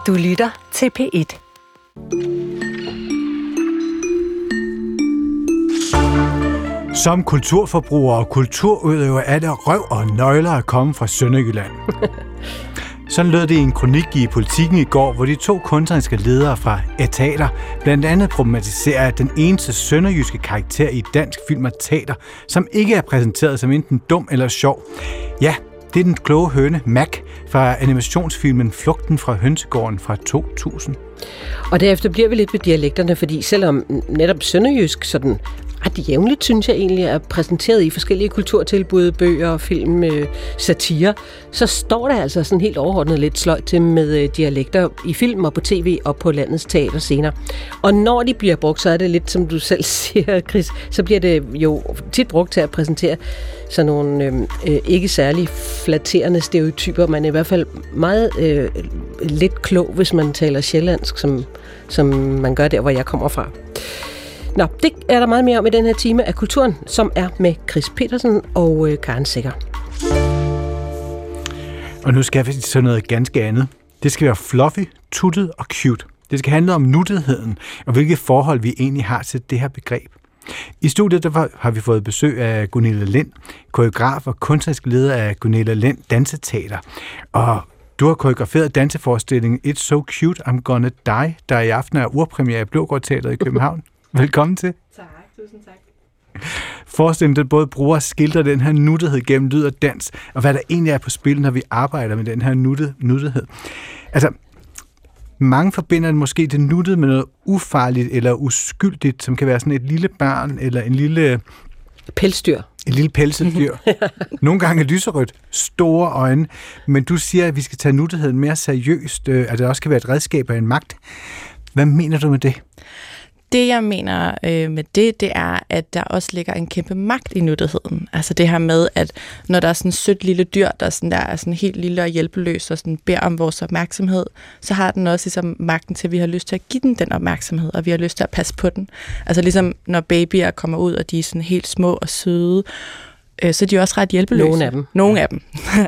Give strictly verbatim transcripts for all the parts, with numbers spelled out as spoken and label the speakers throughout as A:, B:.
A: Du lytter til P et.
B: Som kulturforbruger og kulturudøver er det røv og nøgler at komme fra Sønderjylland. Sådan lød det i en kronik i Politikken i går, hvor de to kunstneriske ledere fra Etater blandt andet problematiserer den eneste sønderjyske karakter i dansk film og teater, som ikke er præsenteret som enten dum eller sjov. Ja, det er den kloge høne Mac fra animationsfilmen Flugten fra Hønsegården fra to tusind.
C: Og derefter bliver vi lidt ved dialekterne, fordi selvom netop sønderjysk sådan ret jævnligt, synes jeg egentlig, er præsenteret i forskellige kulturtilbud, bøger, film, øh, satire, så står der altså sådan helt overordnet lidt sløjt til med øh, dialekter i film og på tv og på landets teaterscener. Og når de bliver brugt, så er det lidt, som du selv siger, Chris, så bliver det jo tit brugt til at præsentere sådan nogle øh, øh, ikke særlig flatterende stereotyper. Man er i hvert fald meget øh, lidt klog, hvis man taler sjællandsk, som, som man gør der, hvor jeg kommer fra. Nå, det er der meget mere om i den her time af Kulturen, som er med Chris Petersen og øh, Karen Secher.
B: Og nu skal vi til sådan noget ganske andet. Det skal være fluffy, tuttet og cute. Det skal handle om nuttigheden, og hvilke forhold vi egentlig har til det her begreb. I studiet der har vi fået besøg af Gunilla Lind, koreograf og kunstnerisk leder af Gunilla Lind Danseteater. Og du har koreograferet danseforestillingen It's So Cute, I'm Gonna Die, der i aften er urpremiere i Blågård Teatret i København. Velkommen til.
D: Tak, tusind tak.
B: Forestillingen, der både bruger og skildrer den her nuttighed gennem lyd og dans, og hvad der egentlig er på spil, når vi arbejder med den her nuttighed. Altså, mange forbinder måske det nuttede med noget ufarligt eller uskyldigt, som kan være sådan et lille barn eller en lille
C: pelsdyr.
B: Et lille pelset dyr. Nogle gange lyserødt, store øjne, men du siger, at vi skal tage nuttigheden mere seriøst, at det også kan være et redskab og en magt. Hvad mener du med det?
D: Det, jeg mener øh, med det, det er, at der også ligger en kæmpe magt i nuttigheden. Altså det her med, at når der er sådan et sødt lille dyr, der er, sådan, der er sådan helt lille og hjælpeløs og sådan beder om vores opmærksomhed, så har den også ligesom magten til, at vi har lyst til at give den den opmærksomhed, og vi har lyst til at passe på den. Altså ligesom når babyer kommer ud, og de er sådan helt små og søde, øh, så er de også ret hjælpeløse.
C: Nogle af dem.
D: Nogle af dem.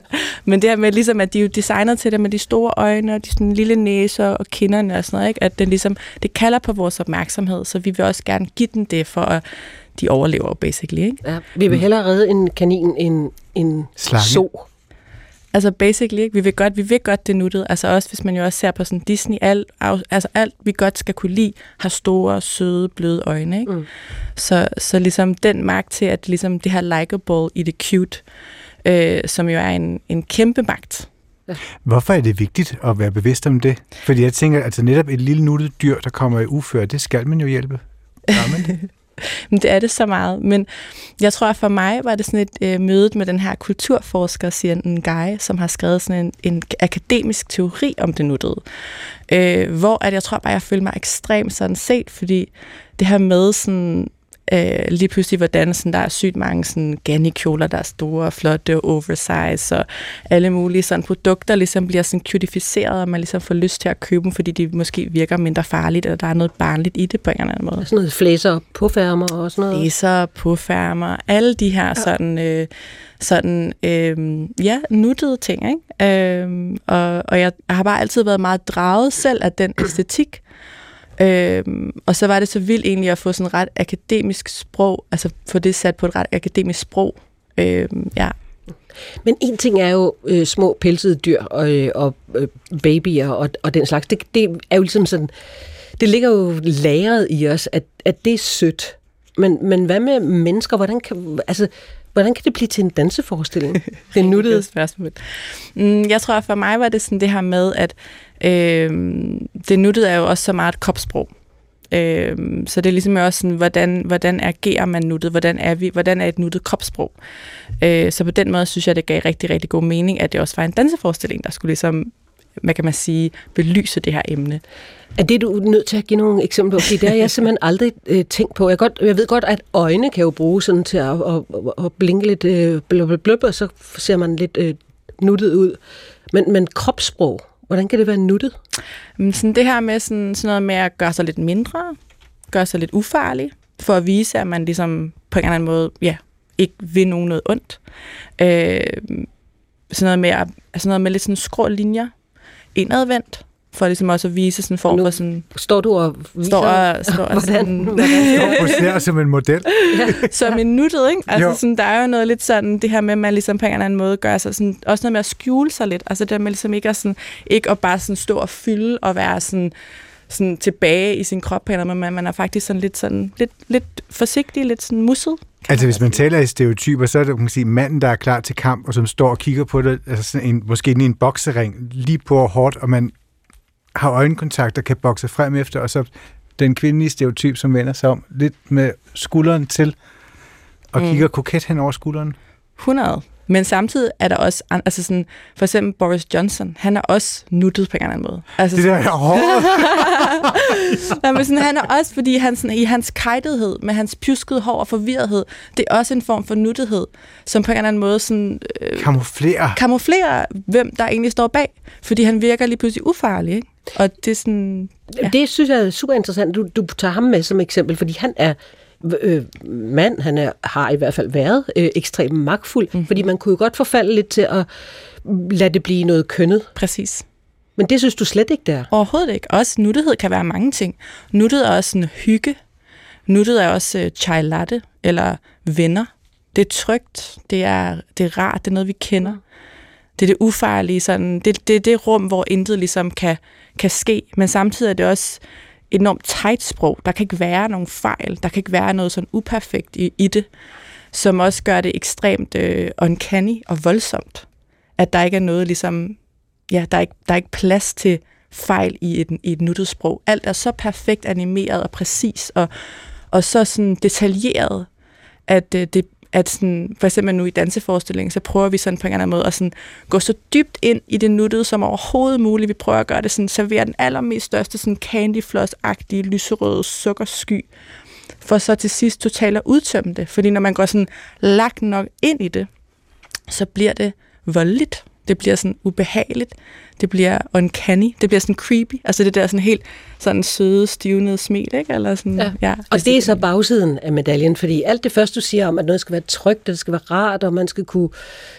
D: Men det her med, ligesom, at de er jo designet til det med de store øjne og de sådan lille næser og kinderne og sådan noget, ikke? At den ligesom, det kalder på vores opmærksomhed, så vi vil også gerne give den det, for at de overlever, basically. Ikke?
C: Ja, vi vil hellere redde en kanin end en so.
D: Altså basically, ikke? Vi vil godt, vi vil godt det nuttede. Altså også, hvis man jo også ser på sådan Disney, alt, altså alt vi godt skal kunne lide, har store, søde, bløde øjne. Ikke? Mm. Så, så ligesom den magt til, at ligesom det her likeable i det cute, øh, som jo er en, en kæmpe magt.
B: Ja. Hvorfor er det vigtigt at være bevidst om det? Fordi jeg tænker, at altså netop et lille nuttet dyr, der kommer i uføre, det skal man jo hjælpe. Gør man det?
D: Men det er det så meget. Men jeg tror, at for mig var det sådan et øh, møde med den her kulturforsker, Sian Guy, som har skrevet sådan en, en akademisk teori om det nuttede. Øh, hvor at jeg tror bare, jeg følte mig ekstremt sådan set, fordi det her med sådan Øh, lige pludselig, hvordan sådan, der er sygt mange sådan, Ganni-kjoler, der er store, flotte, oversize, og alle mulige sådan, produkter ligesom bliver sådan cutificeret, og man ligesom får lyst til at købe dem, fordi de måske virker mindre farligt, eller der er noget barnligt i det på en eller anden måde.
C: Sådan noget flæser, påfærmer og sådan noget.
D: Flæser, påfærmer, alle de her sådan, øh, sådan øh, ja, nuttede ting, ikke? Øh, og, og jeg har bare altid været meget draget selv af den æstetik. Øhm, og så var det så vildt egentlig at få sådan et ret akademisk sprog, altså få det sat på et ret akademisk sprog. Øhm, ja.
C: Men en ting er jo øh, små pelsede dyr og, øh, og øh, babyer og, og den slags. Det, det er jo ligesom sådan, det ligger jo lagret i os, at, at det er sødt. Men, men hvad med mennesker? Hvordan kan, altså, hvordan kan det blive til en danseforestilling? Det er nuttede
D: spørgsmål. Jeg tror, at for mig var det sådan det her med, at øh, det nuttede er jo også så meget et kropssprog. Øh, så det er ligesom også sådan, hvordan, hvordan agerer man nuttet? Hvordan er vi? Hvordan er et nuttet kropssprog? Øh, så på den måde synes jeg, det gav rigtig, rigtig god mening, at det også var en danseforestilling, der skulle ligesom, hvad kan man sige, belyse det her emne.
C: Er det, du er nødt til at give nogle eksempler på? Fordi det har jeg simpelthen aldrig øh, tænkt på. Jeg, godt, jeg ved godt, at øjne kan jo bruges sådan til at, at, at, at blinke lidt øh, blub, blub, blub, og så ser man lidt øh, nuttet ud. Men, men kropssprog, hvordan kan det være nuttet?
D: Sådan det her med sådan, sådan noget med at gøre sig lidt mindre, gøre sig lidt ufarlig, for at vise, at man ligesom på en eller anden måde, ja, ikke vil nogen noget ondt. Øh, sådan noget med, at, sådan noget med lidt sådan skrå linjer, indadvendt, for ligesom også at vise sådan en form for sådan...
C: Står du og viser,
D: står og, står og
C: hvordan,
D: sådan,
C: hvordan
B: Du poserer som en model.
C: ja.
D: som en nuttet, ikke? Altså sådan, der er jo noget lidt sådan, det her med, at man ligesom på en eller anden måde gør sig sådan, også noget med at skjule sig lidt, altså det der med ligesom ikke at, sådan, ikke at bare sådan stå og fylde og være sådan, sådan tilbage i sin krop, men man, man er faktisk sådan lidt, sådan, lidt, lidt forsigtig, lidt sådan musset.
B: Altså hvis man taler i stereotyper, så er det, man kan sige, manden, der er klar til kamp, og som står og kigger på det, altså sådan en, måske i en boksering, lige på hårdt, og man har øjenkontakt og kan bokse frem efter, og så den kvindelige stereotyp, som vender sig om, lidt med skulderen til, og mm. kigger koket hen over skulderen.
D: hundrede. Men samtidig er der også, altså sådan, for eksempel Boris Johnson, han er også nuttet på en eller anden måde. Altså,
B: det der er hårdt.
D: Nej, men sådan, han er også, fordi han, sådan, i hans kajtethed, med hans pjuskede hår og forvirrethed, det er også en form for nuttethed, som på en eller anden måde sådan, øh,
B: kamuflerer.
D: kamuflerer, hvem der egentlig står bag. Fordi han virker lige pludselig ufarlig, ikke? Og det er sådan... Ja.
C: Det synes jeg er super interessant. Du, du tager ham med som eksempel, fordi han er øh, mand, han er, har i hvert fald været øh, ekstremt magtfuld, mm-hmm. fordi man kunne jo godt forfalde lidt til at lade det blive noget kønnet.
D: Præcis.
C: Men det synes du slet ikke, der?
D: Overhovedet ikke. Også nuttethed kan være mange ting. Nuttet er også sådan hygge. Nuttet er også uh, chai latte eller venner. Det er trygt, det er, det er rart, det er noget, vi kender. Det er det ufarlige, sådan, det, det er det rum, hvor intet ligesom kan, kan ske. Men samtidig er det også et enormt tight sprog. Der kan ikke være nogen fejl. Der kan ikke være noget sådan uperfekt i, i det, som også gør det ekstremt øh, uncanny og voldsomt. At der ikke er noget ligesom... Ja, der er ikke, der er ikke plads til fejl i et, i et nuttet sprog. Alt er så perfekt animeret og præcis, og, og så sådan detaljeret, at det at sådan, for eksempel nu i danseforestillingen, så prøver vi sådan på en eller anden måde at sådan gå så dybt ind i det nuttede som overhovedet muligt. Vi prøver at gøre det sådan, servere den allermest største sådan candyfloss-agtige lyserøde sukkersky, for så til sidst totalt at udtømme det. Fordi når man går sådan lagt nok ind i det, så bliver det voldeligt. Det bliver sådan ubehageligt. Det bliver uncanny. Det bliver sådan creepy. Altså det der sådan helt sådan søde, stivnede smil, ikke? Eller sådan,
C: ja.
D: Ja,
C: og det er så bagsiden af medaljen, fordi alt det første, du siger om, at noget skal være trygt, det skal være rart, og man skal kunne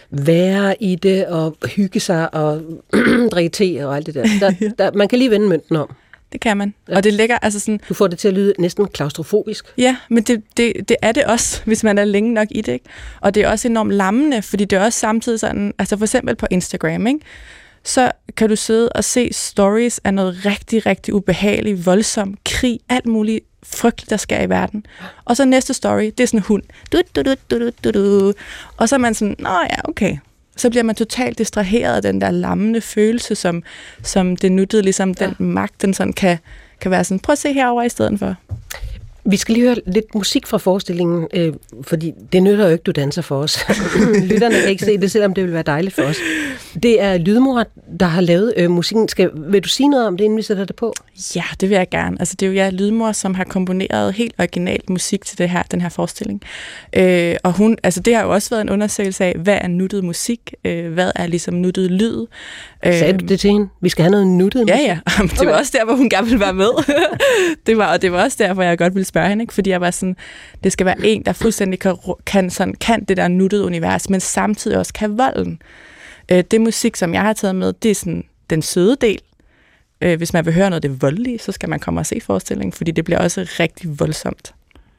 C: være i det, og hygge sig, og drikke te, og alt det der. der, der man kan lige vende mønten om.
D: Det kan man.
C: Ja.
D: Og det ligger altså sådan...
C: Du får det til at lyde næsten klaustrofobisk.
D: Ja, men det, det, det er det også, hvis man er længe nok i det, ikke? Og det er også enormt lammende, fordi det er også samtidig sådan... Altså for eksempel på Instagram, ikke? Så kan du sidde og se stories af noget rigtig, rigtig ubehageligt, voldsom krig, alt muligt frygteligt, der sker i verden. Og så næste story, det er sådan en hund. Du, du, du, du, du, du. Og så er man sådan, nå ja, okay. Så bliver man totalt distraheret af den der lammende følelse, som, som det nuttede, ligesom den ja. magt, den sådan kan, kan være sådan, prøv at se herover i stedet for.
C: Vi skal lige høre lidt musik fra forestillingen, øh, fordi det nytter jo ikke, du danser for os. Lytterne kan ikke se det, selvom det vil være dejligt for os. Det er Lydmor, der har lavet øh, musikken. Skal, vil du sige noget om det, inden vi sætter det på?
D: Ja, det vil jeg gerne. Altså, det er jo jeg, Lydmor, som har komponeret helt originalt musik til det her, den her forestilling. Øh, og hun, altså, det har jo også været en undersøgelse af, hvad er nuttet musik? Øh, hvad er ligesom nuttet lyd? Øh,
C: Sagde du det til hende? Vi skal have noget nuttet musik?
D: Ja, ja. Det var også der, hvor hun gerne ville være med. det var, og det var også derfor, jeg godt ville spørge hende, ikke? Fordi jeg var sådan, det skal være en, der fuldstændig kan, kan, sådan, kan det der nuttede univers, men samtidig også kan volden. Øh, det musik, som jeg har taget med, det er sådan den søde del. Øh, hvis man vil høre noget af det voldelige, så skal man komme og se forestillingen, fordi det bliver også rigtig voldsomt.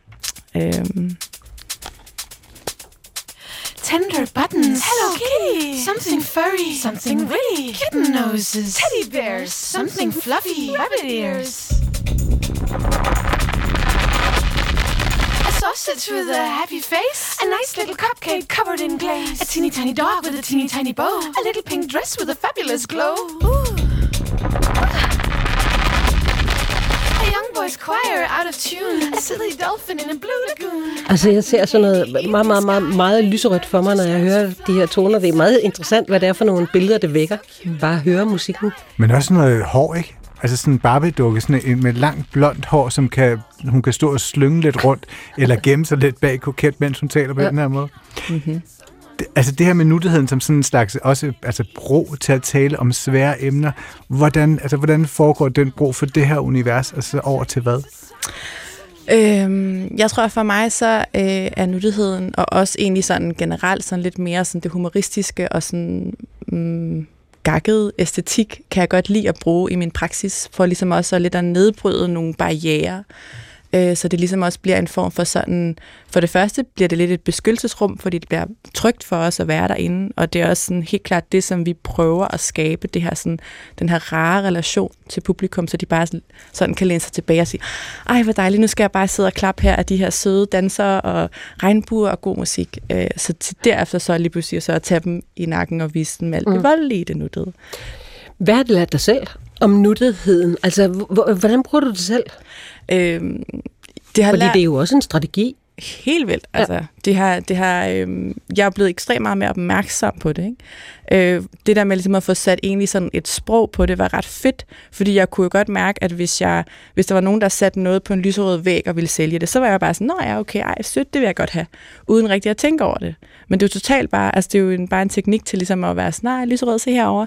D: Øh.
A: Tender buttons. Hello Kitty. Something furry. Something really. Kitten noses. Teddy bears. Something fluffy. Rabbit ears. A sausage with a happy face. A nice little cupcake covered in glaze. A teeny tiny dog with a teeny tiny bow. A little pink dress with a fabulous glow. Ooh. A young boy's choir out of tune. A silly dolphin in a blue lagoon.
C: Altså, jeg ser sådan noget meget, meget, meget, meget lyserødt for mig, når jeg hører de her toner. Det er meget interessant, hvad det er for nogle billeder, det vækker. Bare at høre musikken.
B: Men også noget hår, ikke? Altså sådan en Barbie-dukke, sådan en med langt blondt hår, som kan, hun kan stå og slynge lidt rundt, eller gemme sig lidt bag koket, mens hun taler på ja. den her måde. Mm-hmm. Det, altså det her med nuttigheden som sådan en slags også, altså bro til at tale om svære emner. Hvordan, altså, hvordan foregår den bro for det her univers, altså over til hvad?
D: Øhm, jeg tror, for mig så øh, er nuttigheden, og også egentlig sådan generelt sådan lidt mere sådan det humoristiske og sådan mm, gakket æstetik kan jeg godt lide at bruge i min praksis, for ligesom også at lidt at nedbryde nogle barrierer. Så det ligesom også bliver en form for sådan, for det første bliver det lidt et beskyttelsesrum, fordi det bliver trygt for os at være derinde, og det er også sådan helt klart det, som vi prøver at skabe, det her sådan, den her rare relation til publikum, så de bare sådan, sådan kan læne sig tilbage og sige, ej hvor dejligt, nu skal jeg bare sidde og klappe her af de her søde dansere og regnbuer og god musik. Så til derefter så lige pludselig så at tage dem i nakken og vise dem alt det mm. voldelige, det nuttede.
C: Hvad har det lært dig selv om nuttetheden? Altså, hvordan bruger du det selv?
D: Øhm, det har
C: Fordi
D: lært...
C: det er jo også en strategi.
D: Helt vildt. Altså, ja. det har, det har, øhm, jeg er blevet ekstremt meget mere opmærksom på det. Ikke? Øh, det der med ligesom at få sat egentlig sådan et sprog på det, var ret fedt, fordi jeg kunne jo godt mærke, at hvis, jeg, hvis der var nogen, der satte noget på en lyserød væg og ville sælge det, så var jeg bare sådan, nå ja, okay, ej, sødt, det vil jeg godt have, uden rigtig at tænke over det. Men det er jo totalt bare, altså det er jo en, bare en teknik til ligesom at være sådan, nej, lyserød, se herovre.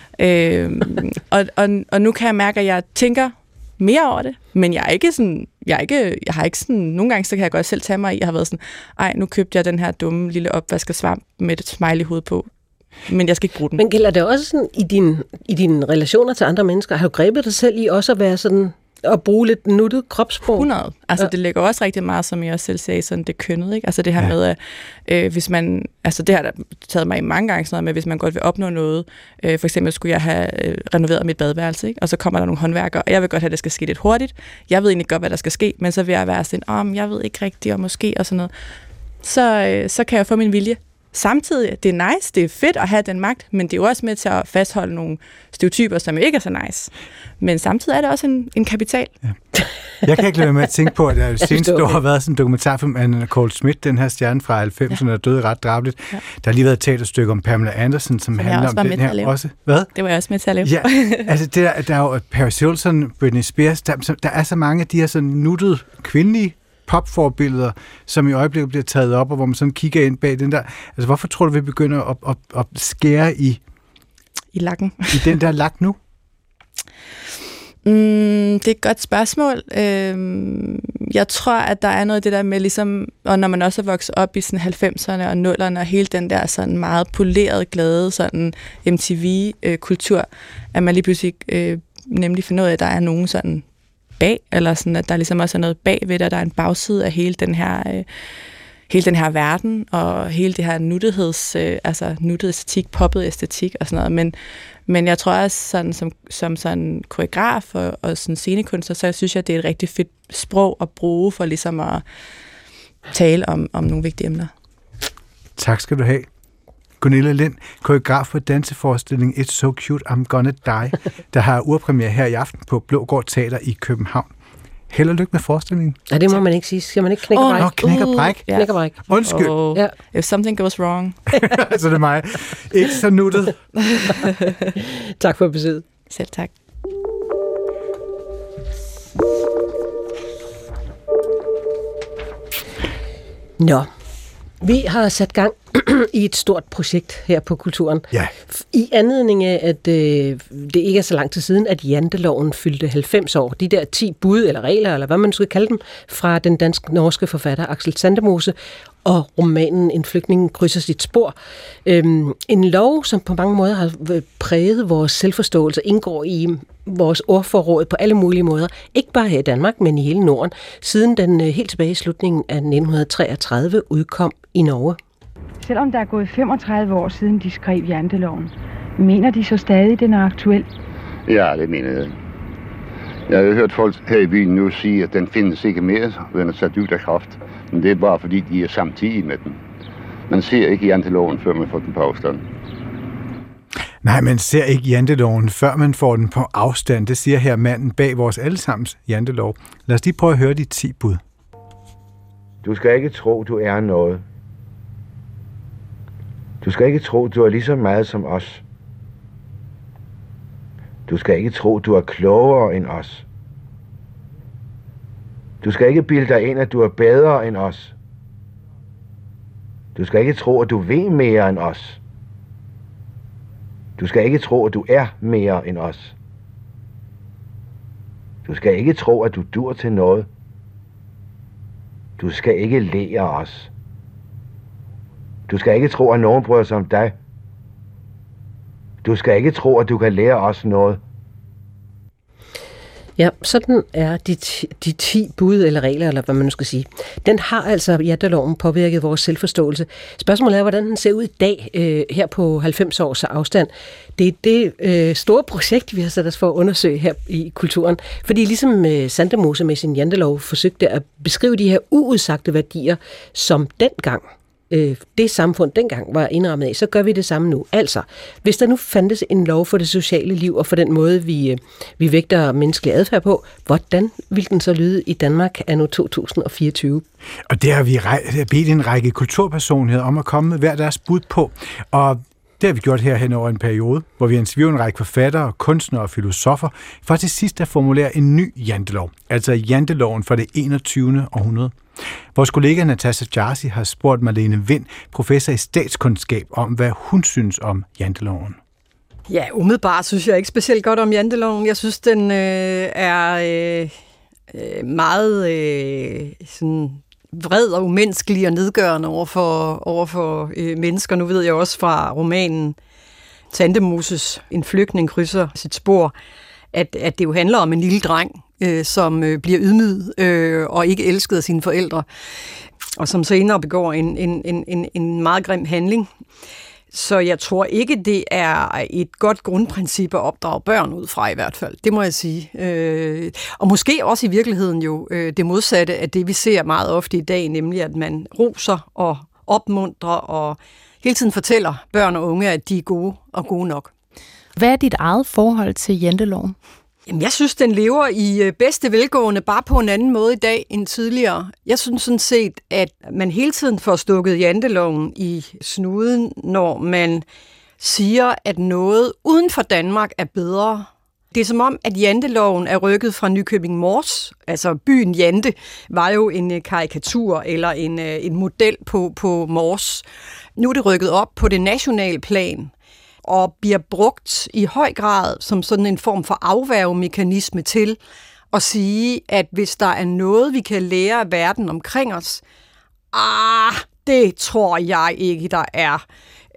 D: Øh, og, og, og nu kan jeg mærke, at jeg tænker mere over det, men jeg er ikke sådan, jeg er ikke, jeg har ikke sådan, nogle gange så kan jeg godt selv tage mig i, jeg har været sådan, ej, nu købte jeg den her dumme lille opvaskesvamp med et smiley hoved på, men jeg skal ikke bruge den.
C: Men gælder det også sådan, i, din, i dine relationer til andre mennesker, har du grebet dig selv i også at være sådan, at bruge lidt nuttet kropssprog?
D: hundrede. Altså,
C: ja.
D: Det ligger også rigtig meget, som jeg også selv sagde, sådan det kønnet, ikke? Altså det her ja. med, at øh, hvis man, altså det har der taget mig i mange gange sådan noget med, hvis man godt vil opnå noget, øh, for eksempel skulle jeg have øh, renoveret mit badeværelse, ikke? Og så kommer der nogle håndværkere, og jeg vil godt have, at det skal ske lidt hurtigt. Jeg ved egentlig godt, hvad der skal ske, men så vil jeg være sådan, åh, oh, jeg ved ikke rigtigt, og måske, og sådan noget. Så, øh, så kan jeg få min vilje. Samtidig, det er nice, det er fedt at have den magt, men det er jo også med til at fastholde nogle stereotyper, som ikke er så nice. Men samtidig er det også en, en kapital. Ja.
B: Jeg kan ikke lade med at tænke på, at der seneste år har været sådan en dokumentarfilm af Nicole Smith, den her stjerne fra halvfemserne, ja. der døde ret drabeligt. Ja. Der har lige været et teaterstykke om Pamela Anderson, som, som handler om den her også. Hvad?
D: Det var jeg også med til at lave.
B: Ja, altså det der, der er jo Paris Hilton, Britney Spears, der, der er så mange af de her sådan nuttede kvindelige popforbilleder, som i øjeblikket bliver taget op, og hvor man sådan kigger ind bag den der. Altså, hvorfor tror du, vi begynder at, at, at skære i
D: i lakken?
B: I den der lak nu?
D: Mm, det er et godt spørgsmål. Øhm, jeg tror, at der er noget af det der med, ligesom, og når man også er vokset op i sådan halvfemserne og nullerne, og hele den der sådan meget polerede, glade sådan M T V-kultur, at man lige pludselig øh, nemlig finder ud af, at der er nogen sådan bag, eller sådan, at der ligesom også er noget bagved, og der er en bagside af hele den her, øh, hele den her verden, og hele det her nuttetheds, øh, altså nuttet æstetik, poppet æstetik og sådan noget. Men, men jeg tror også, sådan, som, som sådan koreograf og, og sådan scenekunstner, så synes jeg, det er et rigtig fedt sprog at bruge for ligesom at tale om, om nogle vigtige emner.
B: Tak skal du have. Gunilla Lind, koreograf for danseforestillingen It's So Cute, I'm Gonna Die, der har urpremiere her i aften på Blågård Teater i København. Held og lykke med forestillingen.
C: Ja, det må man ikke sige. Skal man ikke knække og
B: bræk? Åh, knæk og bræk.
C: Uh, knæk og bræk.
B: Undskyld.
D: Oh, yeah. If something goes wrong.
B: Så det er mig. Ikke så nuttet.
C: Tak for besøget.
D: Selv tak.
C: Nå, vi har sat gang i et stort projekt her på Kulturen.
B: Ja.
C: I anledning af, at øh, det ikke er så lang tid siden, at janteloven fyldte halvfems år. De der ti bud eller regler, eller hvad man skal kalde dem, fra den dansk-norske forfatter Axel Sandemose, og romanen En flygtning krydser sit spor. Øhm, en lov, som på mange måder har præget vores selvforståelse, indgår i vores ordforråd på alle mulige måder. Ikke bare her i Danmark, men i hele Norden, siden den helt tilbage i slutningen af nitten treogtredive udkom i Norge.
E: Selvom der er gået femogtredive år siden de skrev janteloven, mener de så stadig, den er aktuel?
F: Ja, det mener jeg. Jeg har hørt folk her i byen nu sige, at den findes ikke mere, og den er sat ud af kraft. Men det er bare fordi, de er samtidig med den. Man ser ikke janteloven, før man får den på afstand.
B: Nej, man ser ikke janteloven, før man får den på afstand. Det siger her manden bag vores allesammens jantelov. Lad os lige prøve at høre de ti bud.
G: Du skal ikke tro, du er noget. Du skal ikke tro, du er lige så meget som os. Du skal ikke tro, du er klogere end os. Du skal ikke bilde dig ind, at du er bedre end os. Du skal ikke tro, at du ved mere end os. Du skal ikke tro, at du er mere end os. Du skal ikke tro, at du dur til noget. Du skal ikke lære os. Du skal ikke tro, at nogen bryder sig om dig. Du skal ikke tro, at du kan lære os noget.
C: Ja, sådan er de, de ti bud eller regler, eller hvad man nu skal sige. Den har altså, janteloven, påvirket vores selvforståelse. Spørgsmålet er, hvordan den ser ud i dag, øh, her på halvfems års afstand. Det er det øh, store projekt, vi har sat os for at undersøge her i kulturen. Fordi ligesom øh, Sandemose med sin jantelov forsøgte at beskrive de her uudsagte værdier, som dengang det samfund dengang var indrammet af, så gør vi det samme nu. Altså, hvis der nu fandtes en lov for det sociale liv og for den måde, vi, vi vægter menneskelig adfærd på, hvordan ville den så lyde i Danmark anno to tusind og fireogtyve?
B: Og det har vi bedt en række kulturpersonligheder om at komme med hver deres bud på. Og det har vi gjort her hen over en periode, hvor vi har interviewet en række forfattere, kunstnere og filosofer, for til sidst at formulere en ny jantelov, altså janteloven for det enogtyvende århundrede. Vores kollega Natasha Jarsi har spurgt Marlene Wind, professor i statskundskab, om hvad hun synes om janteloven.
H: Ja, umiddelbart synes jeg ikke specielt godt om janteloven. Jeg synes, den øh, er øh, meget øh, sådan vred og umenneskelig og nedgørende over for, over for øh, mennesker. Nu ved jeg også fra romanen Sandemoses En flygtning krydser sit spor, at, at det jo handler om en lille dreng, øh, som øh, bliver ydmyget øh, og ikke elsket af sine forældre, og som senere begår en, en, en, en meget grim handling. Så jeg tror ikke, det er et godt grundprincip at opdrage børn ud fra i hvert fald. Det må jeg sige. Øh, og måske også i virkeligheden jo øh, det modsatte af det, vi ser meget ofte i dag, nemlig at man roser og opmuntrer og hele tiden fortæller børn og unge, at de er gode og gode nok.
I: Hvad er dit eget forhold til janteloven?
H: Jamen, jeg synes, den lever i bedste velgående, bare på en anden måde i dag end tidligere. Jeg synes sådan set, at man hele tiden får stukket janteloven i snuden, når man siger, at noget uden for Danmark er bedre. Det er som om, at janteloven er rykket fra Nykøbing Mors, altså byen Jante, var jo en karikatur eller en, en model på, på Mors. Nu er det rykket op på det nationale plan, og bliver brugt i høj grad som sådan en form for afværgemekanisme til at sige, at hvis der er noget, vi kan lære af verden omkring os, ah, det tror jeg ikke, der er.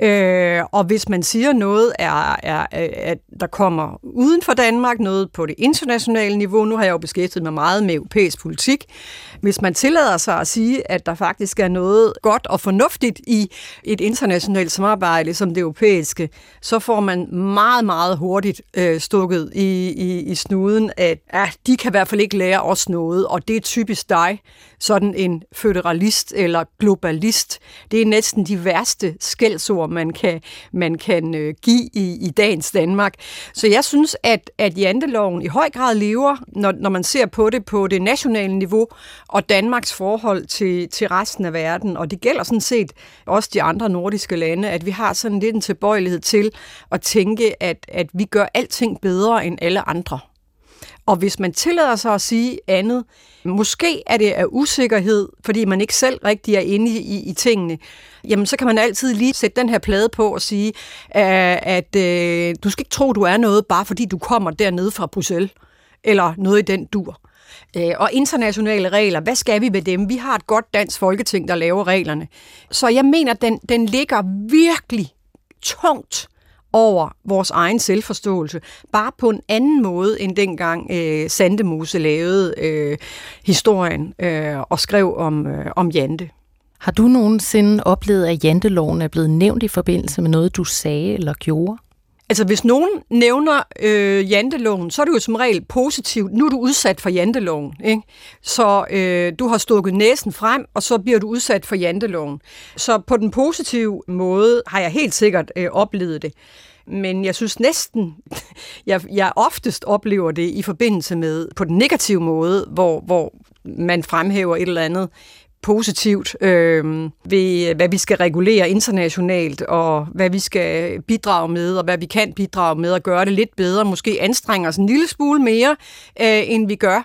H: Øh, og hvis man siger noget, er, er, at der kommer uden for Danmark, noget på det internationale niveau, nu har jeg jo beskæftiget mig meget med europæisk politik, hvis man tillader sig at sige, at der faktisk er noget godt og fornuftigt i et internationalt samarbejde som det europæiske, så får man meget, meget hurtigt øh, stukket i, i, i snuden, at ah, de kan i hvert fald ikke lære os noget, og det er typisk dig, sådan en føderalist eller globalist. Det er næsten de værste skældsord, man kan, man kan øh, give i, i dagens Danmark. Så jeg synes, at, at janteloven i høj grad lever, når, når man ser på det på det nationale niveau, og Danmarks forhold til, til resten af verden. Og det gælder sådan set også de andre nordiske lande, at vi har sådan lidt en tilbøjelighed til at tænke, at, at vi gør alting bedre end alle andre. Og hvis man tillader sig at sige andet, måske er det af usikkerhed, fordi man ikke selv rigtig er inde i, i tingene, jamen så kan man altid lige sætte den her plade på og sige, at, at du skal ikke tro, du er noget, bare fordi du kommer dernede fra Bruxelles, eller noget i den dur. Og internationale regler, hvad skal vi med dem? Vi har et godt dansk folketing, der laver reglerne. Så jeg mener, den, den ligger virkelig tungt over vores egen selvforståelse, bare på en anden måde, end dengang øh, Sandemose lavede øh, historien øh, og skrev om, øh, om Jante.
I: Har du nogensinde oplevet, at janteloven er blevet nævnt i forbindelse med noget, du sagde eller gjorde?
H: Altså, hvis nogen nævner øh, janteloven, så er det jo som regel positivt. Nu er du udsat for janteloven, ikke? Så øh, du har stukket næsen frem, og så bliver du udsat for janteloven. Så på den positive måde har jeg helt sikkert øh, oplevet det. Men jeg synes næsten, jeg, jeg oftest oplever det i forbindelse med på den negative måde, hvor, hvor man fremhæver et eller andet positivt øh, ved, hvad vi skal regulere internationalt, og hvad vi skal bidrage med, og hvad vi kan bidrage med, og gøre det lidt bedre, måske anstrenge os en lille smule mere, øh, end vi gør.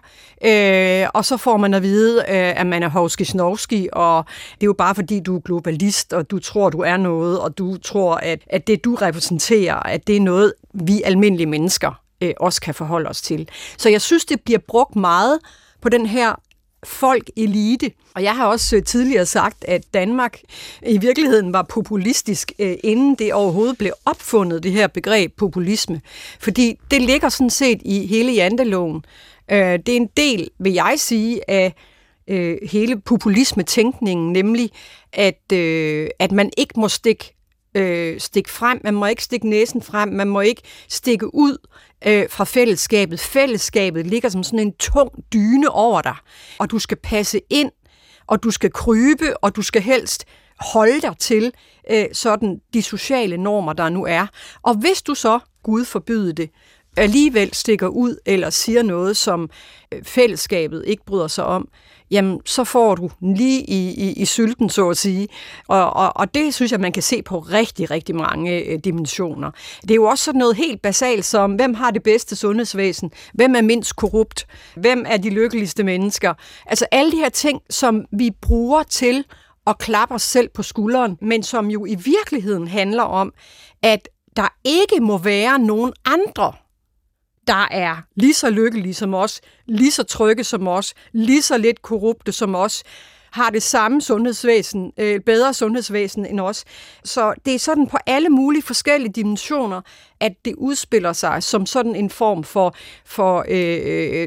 H: Øh, og så får man at vide, øh, at man er hovski-snovski, og det er jo bare fordi, du er globalist, og du tror, du er noget, og du tror, at, at det, du repræsenterer, at det er noget, vi almindelige mennesker øh, også kan forholde os til. Så jeg synes, det bliver brugt meget på den her folk elite. Og jeg har også tidligere sagt, at Danmark i virkeligheden var populistisk, inden det overhovedet blev opfundet, det her begreb populisme. Fordi det ligger sådan set i hele janteloven. Det er en del, vil jeg sige, af hele populisme-tænkningen, nemlig at, at man ikke må stikke Øh, stikke frem, man må ikke stikke næsen frem, man må ikke stikke ud øh, fra fællesskabet. Fællesskabet ligger som sådan en tung dyne over dig, og du skal passe ind, og du skal krybe, og du skal helst holde dig til øh, sådan de sociale normer, der nu er. Og hvis du så, Gud forbyde det, alligevel stikker ud eller siger noget, som fællesskabet ikke bryder sig om, jamen så får du lige i, i, i sylten, så at sige. Og, og, og det synes jeg, man kan se på rigtig, rigtig mange øh, dimensioner. Det er jo også sådan noget helt basalt som, hvem har det bedste sundhedsvæsen? Hvem er mindst korrupt? Hvem er de lykkeligste mennesker? Altså alle de her ting, som vi bruger til at klappe os selv på skulderen, men som jo i virkeligheden handler om, at der ikke må være nogen andre, der er lige så lykkelige som os, lige så trygge som os, lige så lidt korrupte som os, har det samme sundhedsvæsen, øh, bedre sundhedsvæsen end os. Så det er sådan på alle mulige forskellige dimensioner, at det udspiller sig som sådan en form for, for øh, øh,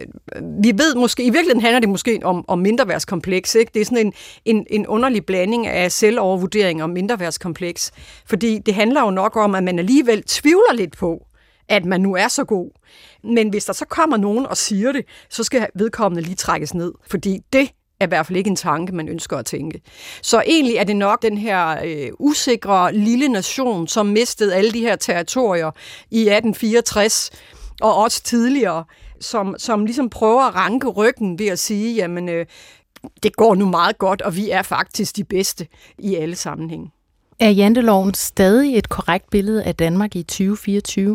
H: vi ved måske, i virkeligheden handler det måske om, om mindreværdskompleks, ikke? Det er sådan en, en, en underlig blanding af selvovervurdering og mindreværdskompleks, fordi det handler jo nok om, at man alligevel tvivler lidt på, at man nu er så god. Men hvis der så kommer nogen og siger det, så skal vedkommende lige trækkes ned, fordi det er i hvert fald ikke en tanke, man ønsker at tænke. Så egentlig er det nok den her øh, usikre lille nation, som mistede alle de her territorier i atten fireogtres og også tidligere, som, som ligesom prøver at ranke ryggen ved at sige, jamen øh, det går nu meget godt, og vi er faktisk de bedste i alle sammenhænge.
I: Er janteloven stadig et korrekt billede af Danmark i tyve fireogtyve?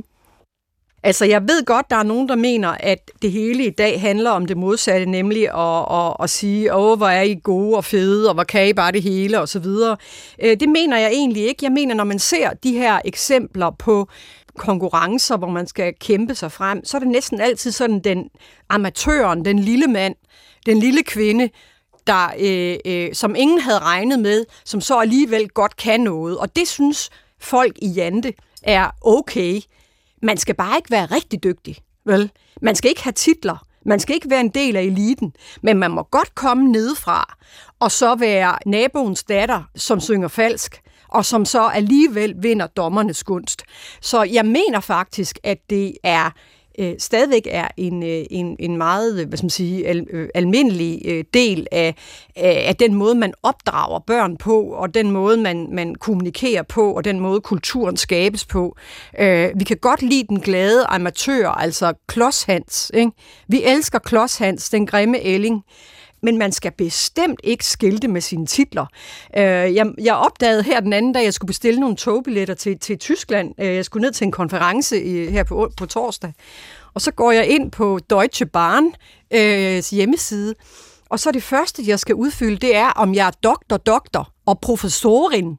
H: Altså, jeg ved godt, der er nogen, der mener, at det hele i dag handler om det modsatte, nemlig at, at, at sige, åh, hvor er I gode og fede, og hvor kan I bare det hele, og så videre. Det mener jeg egentlig ikke. Jeg mener, når man ser de her eksempler på konkurrencer, hvor man skal kæmpe sig frem, så er det næsten altid sådan den amatøren, den lille mand, den lille kvinde, der, øh, øh, som ingen havde regnet med, som så alligevel godt kan noget. Og det synes folk i Jante er okay. Man skal bare ikke være rigtig dygtig, vel? Man skal ikke have titler, man skal ikke være en del af eliten, men man må godt komme nedefra, og så være naboens datter, som synger falsk, og som så alligevel vinder dommernes gunst. Så jeg mener faktisk, at det er øh, stadigvæk er en, en, en meget, hvad skal man sige, al, øh, almindelig øh, del af, af den måde, man opdrager børn på, og den måde, man, man kommunikerer på, og den måde, kulturen skabes på. Øh, vi kan godt lide den glade amatør, altså Klods-Hans, ikke? Vi elsker Klods-Hans, den grimme ælling, men man skal bestemt ikke skilte med sine titler. Jeg, jeg opdagede her den anden dag, at jeg skulle bestille nogle togbilletter til, til Tyskland. Jeg skulle ned til en konference her på, på torsdag, og så går jeg ind på Deutsche Bahn øh, hjemmeside, og så det første, jeg skal udfylde, det er, om jeg er doktor, doktor og professorin.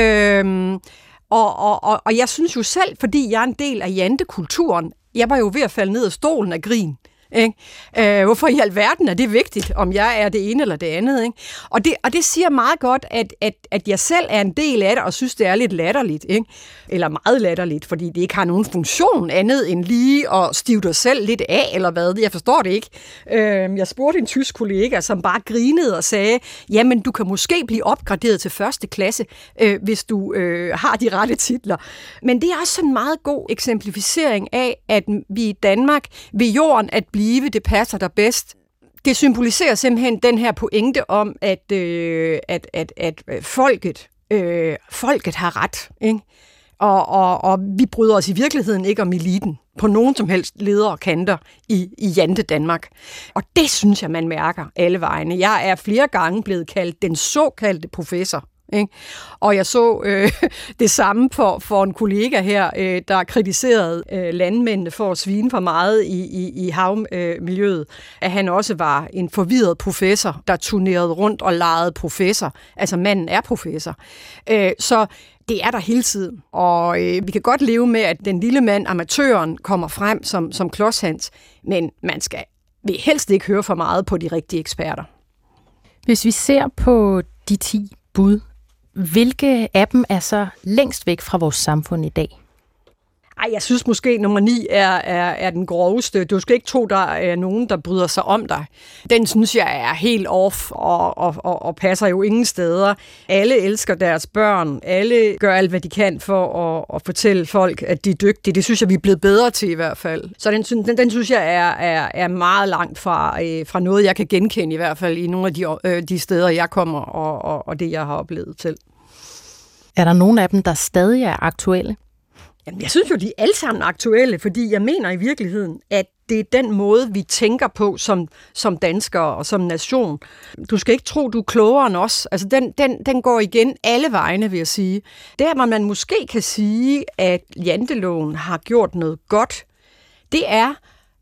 H: Øhm, og, og, og, og jeg synes jo selv, fordi jeg er en del af jantekulturen, jeg var jo ved at falde ned af stolen af grin. Ikke? Øh, hvorfor i alverden er det vigtigt, om jeg er det ene eller det andet? Ikke? Og, det, og det siger meget godt, at, at, at jeg selv er en del af det, og synes, det er lidt latterligt, ikke? Eller meget latterligt, fordi det ikke har nogen funktion andet end lige at stive dig selv lidt af, eller hvad. Jeg forstår det ikke. Øh, jeg spurgte en tysk kollega, som bare grinede og sagde, jamen du kan måske blive opgraderet til første klasse, øh, hvis du øh, har de rette titler. Men det er også en meget god eksemplificering af, at vi i Danmark ved jorden at blive, det passer der bedst. Det symboliserer simpelthen den her pointe om, at, øh, at, at, at folket, øh, folket har ret. Ikke? Og, og, og vi bryder os i virkeligheden ikke om eliten på nogen som helst ledere og kanter i, i Jante Danmark. Og det synes jeg, man mærker alle vegne. Jeg er flere gange blevet kaldt den såkaldte professor. Ikke? Og jeg så øh, det samme for, for en kollega her, øh, der kritiserede øh, landmændene for at svine for meget i, i, i havmiljøet, at han også var en forvirret professor, der turnerede rundt og legede professor. Altså manden er professor. Øh, så det er der hele tiden. Og øh, vi kan godt leve med, at den lille mand, amatøren, kommer frem som, som Klods-Hans, men man skal vil helst ikke høre for meget på de rigtige eksperter.
I: Hvis vi ser på de ti bud, hvilke af dem er så længst væk fra vores samfund i dag?
H: Ej, jeg synes måske, nummer ni er, er, er den groveste. Du skal ikke tro, der er nogen, der bryder sig om dig. Den synes jeg er helt off og, og, og, og passer jo ingen steder. Alle elsker deres børn. Alle gør alt, hvad de kan for at, at fortælle folk, at de er dygtige. Det synes jeg, vi er blevet bedre til i hvert fald. Så den, den, den synes jeg er, er, er meget langt fra, øh, fra noget, jeg kan genkende i hvert fald i nogle af de, øh, de steder, jeg kommer og, og, og det, jeg har oplevet til.
I: Er der nogen af dem, der stadig er aktuelle?
H: Jamen, jeg synes jo, de er alle sammen aktuelle, fordi jeg mener i virkeligheden, at det er den måde, vi tænker på som, som danskere og som nation. Du skal ikke tro, du er klogere end os. Altså, den, den, den går igen alle vegne, vil jeg sige. Der, hvor man måske kan sige, at janteloven har gjort noget godt, det er,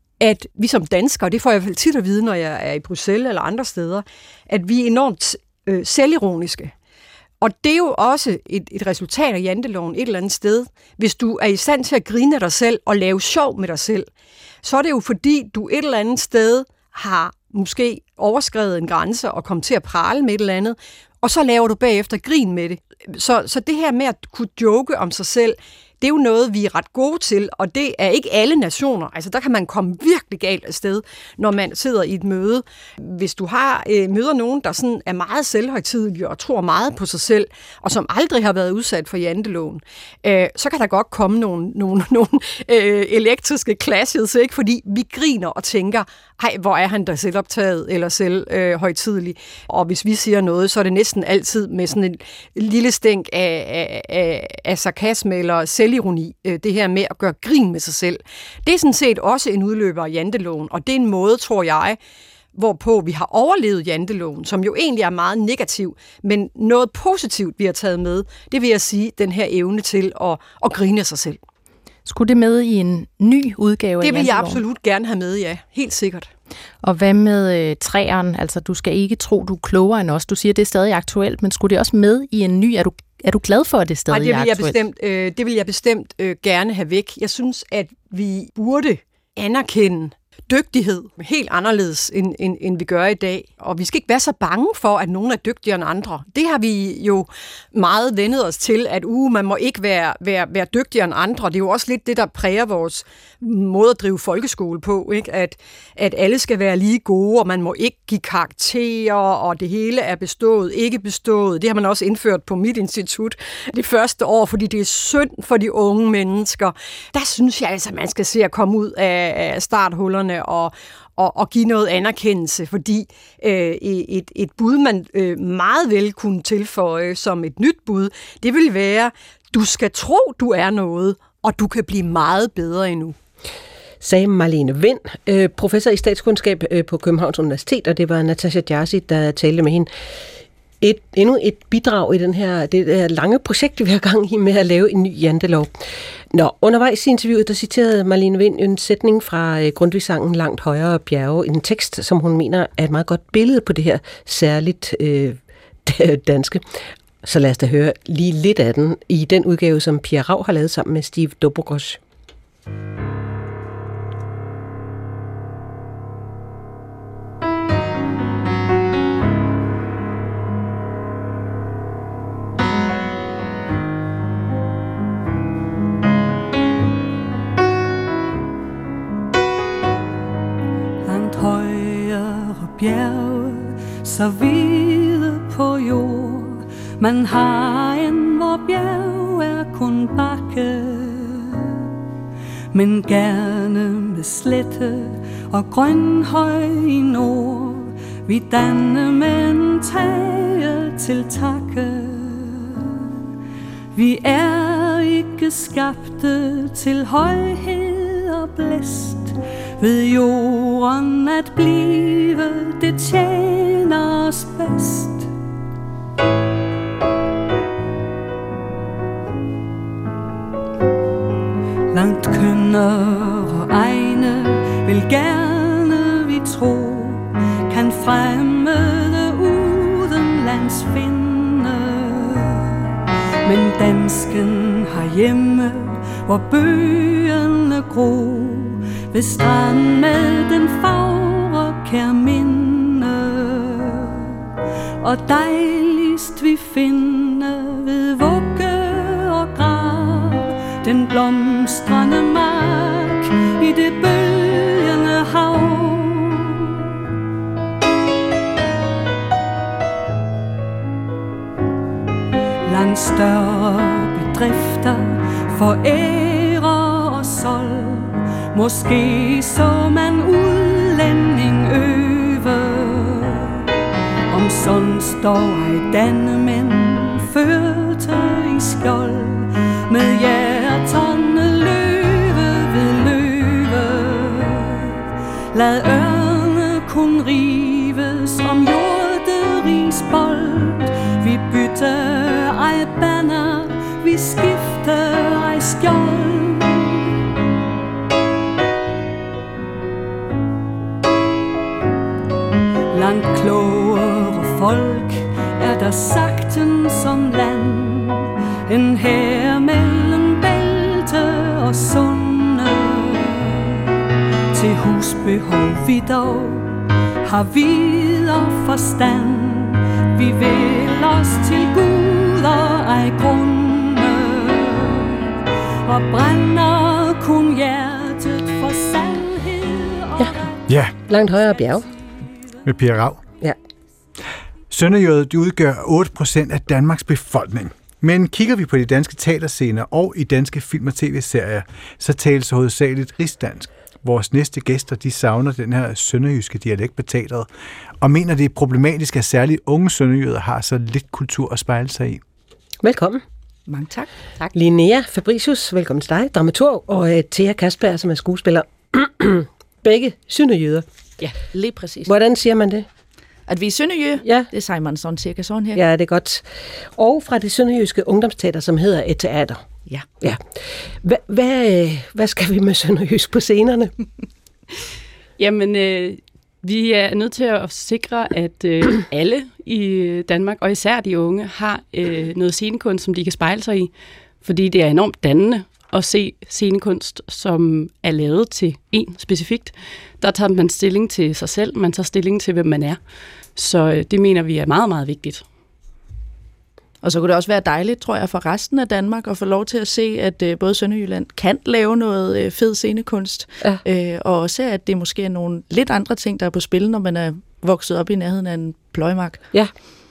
H: at vi som danskere, det får jeg tit at vide, når jeg er i Bruxelles eller andre steder, at vi er enormt øh, selvironiske. Og det er jo også et, et resultat af janteloven et eller andet sted. Hvis du er i stand til at grine af dig selv og lave sjov med dig selv, så er det jo fordi, du et eller andet sted har måske overskredet en grænse og kommet til at prale med et eller andet, og så laver du bagefter grin med det. Så, så det her med at kunne joke om sig selv, det er jo noget, vi er ret gode til, og det er ikke alle nationer. Altså, der kan man komme virkelig galt af sted, når man sidder i et møde. Hvis du har øh, møder nogen, der sådan er meget selvhøjtidelige og tror meget på sig selv, og som aldrig har været udsat for janteloven, øh, så kan der godt komme nogle, nogle, nogle øh, elektriske clashes, ikke? Fordi vi griner og tænker, ej, hvor er han da selvoptaget eller selvhøjtidelig. Øh, og hvis vi siger noget, så er det næsten altid med sådan en lille stænk af, af, af, af sarkasme eller selvironi, det her med at gøre grin med sig selv. Det er sådan set også en udløber af janteloven, og det er en måde, tror jeg, hvorpå vi har overlevet janteloven, som jo egentlig er meget negativ, men noget positivt, vi har taget med, det vil jeg sige, den her evne til at, at grine af sig selv.
I: Skulle det med i en ny udgave af janteloven?
H: Det vil jeg absolut gerne have med, ja. Helt sikkert.
I: Og hvad med øh, træeren? Altså, du skal ikke tro, du er klogere end os. Du siger, det er stadig aktuelt, men skulle det også med i en ny? Er du, er du glad for, at det stadig
H: Nej, det vil
I: er aktuelt?
H: Jeg bestemt, øh, det vil jeg bestemt øh, gerne have væk. Jeg synes, at vi burde anerkende dygtighed helt anderledes, end, end, end vi gør i dag. Og vi skal ikke være så bange for, at nogen er dygtigere end andre. Det har vi jo meget vendet os til, at uh, man må ikke være, være, være dygtigere end andre. Det er jo også lidt det, der præger vores måde at drive folkeskole på, ikke? At, at alle skal være lige gode, og man må ikke give karakterer, og det hele er bestået, ikke bestået. Det har man også indført på mit institut det første år, fordi det er synd for de unge mennesker. Der synes jeg altså, man skal se at komme ud af starthullerne og, og, og give noget anerkendelse, fordi øh, et, et bud, man øh, meget vel kunne tilføje som et nyt bud, det vil være, du skal tro, du er noget, og du kan blive meget bedre endnu.
C: Sagde Marlene Wind, øh, professor i statskundskab øh, på Københavns Universitet, og det var Natasha Jarzi, der talte med hende. Et, endnu et bidrag i den her, det her lange projekt, vi har gang i med at lave en ny jantelov. Nå, undervejs i interviewet, der citerede Marlene Wind en sætning fra øh, Grundtvig-sangen Langt højere bjerge, en tekst, som hun mener er et meget godt billede på det her særligt øh, danske. Så lad os da høre lige lidt af den i den udgave, som Pia Rau har lavet sammen med Steve Dobrogosz.
J: Bjerge, så hvide på jord. Man har en, hvor bjerg er kun bakke, men gerne med slette og grøn høj i nord. Vi danne men tage til takke. Vi er ikke skabte til højhed og blæst. Ved jorden at blive, det tjener os bedst. Langt kønner og egne vil gerne vi tro, kan fremmede udenlands finde. Men dansken herhjemme, hvor bøgerne gror, ved strand med den fagre kær minde, og dejligst vi finde ved vugge og grav, den blomstrende mark i det bølgende hav. Langt større bedrifter for ære og sol, måske så man udlænding øve. Om sådan står ej denne mænd førte i skjold, med hjerterne løve ved løve. Lad ørne kun rives om jorderis bold, vi bytte ej banner, vi skifte ej skjold. Langt klogere folk er der sagten som land, en her mellem bælte og sunde. Til husbehov vi dog har videre forstand, vi vil os til Gud og ej grunde, og brænder kun hjertet for sandhed og...
C: Ja,
B: Ja,
C: langt højere bjerg.
B: med Pia Rav.
C: Ja.
B: Sønderjyder de udgør otte procent af Danmarks befolkning. Men kigger vi på de danske teaterscener og i danske film- og tv-serier, så tales hovedsageligt rigsdansk. Vores næste gæster, de savner den her sønderjyske dialekt på teatret, og mener, det er problematisk, at særligt unge sønderjyder har så lidt kultur at spejle sig i.
C: Velkommen.
I: Mange tak. tak.
C: Linnea Fabricius, velkommen til dig, dramaturg, og uh, Thea Kasper, som er skuespiller. Begge sønderjyder.
K: Ja, lige præcis.
C: Hvordan siger man det?
K: At vi er sønderjyde,
C: ja.
K: Det siger man sådan cirka sådan her.
C: Ja, det er godt. Og fra det sønderjyske ungdomsteater, som hedder Et Teater.
K: Ja.
C: ja. Hvad, hvad, hvad skal vi med sønderjysk på scenerne?
L: Jamen, øh, vi er nødt til at sikre, at øh, alle i Danmark, og især de unge, har øh, noget scenekunst, som de kan spejle sig i. Fordi det er enormt dannende at se scenekunst, som er lavet til en specifikt. Der tager man stilling til sig selv, man tager stilling til, hvem man er. Så øh, det mener vi er meget, meget vigtigt.
K: Og så kunne det også være dejligt, tror jeg, for resten af Danmark at få lov til at se, at øh, både Sønderjylland kan lave noget øh, fed scenekunst, ja. øh, og også at det måske er nogle lidt andre ting, der er på spil, når man er vokset op i nærheden af en pløjemark.
C: Ja.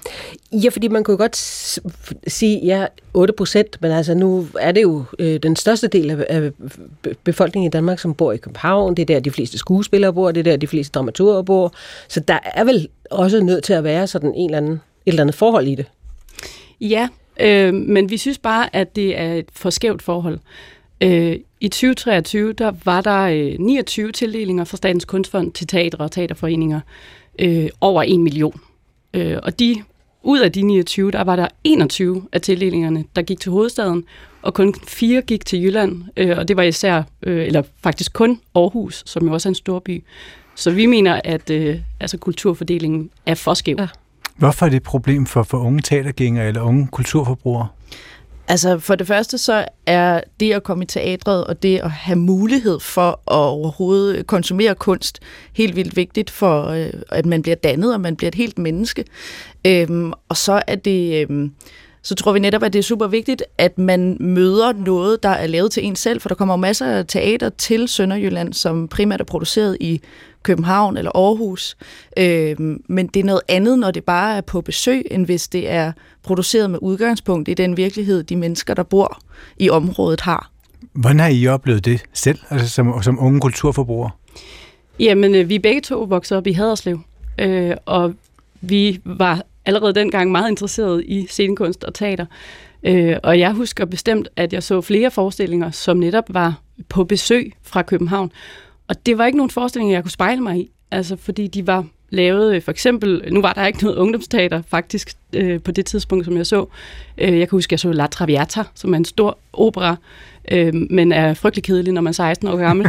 C: Ja, fordi man kunne godt sige, ja, otte procent, men altså nu er det jo øh, den største del af, af befolkningen i Danmark, som bor i København. Det er der, de fleste skuespillere bor, det er der, de fleste dramaturger bor. Så der er vel også nødt til at være sådan en eller anden, et eller andet forhold i det.
L: Ja, øh, men vi synes bare, at det er et for skævt forhold. Øh, I tyve treogtyve, der var der øh, niogtyve tildelinger fra Statens Kunstfond til teatre og teaterforeninger. Øh, over en million. Øh, og de, ud af de niogtyve, der var der enogtyve af tildelingerne, der gik til hovedstaden, og kun fire gik til Jylland. Øh, og det var især, øh, eller faktisk kun Aarhus, som jo også er en storby. Så vi mener, at øh, altså, kulturfordelingen er for skæv. Ja.
B: Hvorfor er det et problem for, for unge teatergængere eller unge kulturforbrugere?
K: Altså for det første så er det at komme i teatret og det at have mulighed for at overhovedet konsumere kunst helt vildt vigtigt for, at man bliver dannet, og man bliver et helt menneske. Øhm, og så er det... Øhm, så tror vi netop, at det er super vigtigt, at man møder noget, der er lavet til en selv, for der kommer jo masser af teater til Sønderjylland, som primært er produceret i København eller Aarhus. Øhm, men det er noget andet, når det bare er på besøg, end hvis det er produceret med udgangspunkt i den virkelighed, de mennesker, der bor i området, har.
B: Hvordan har I oplevet det selv, altså som, som unge kulturforbrugere?
L: Jamen, vi er begge to vokset op i Haderslev, øh, og vi var allerede dengang meget interesseret i scenekunst og teater. Øh, og jeg husker bestemt, at jeg så flere forestillinger, som netop var på besøg fra København. Og det var ikke nogen forestillinger, jeg kunne spejle mig i. Altså, fordi de var lavet, for eksempel, nu var der ikke noget ungdomsteater faktisk øh, på det tidspunkt, som jeg så. Øh, jeg kan huske, at jeg så La Traviata, som er en stor opera, øh, men er frygtelig kedelig, når man er seksten år gammel.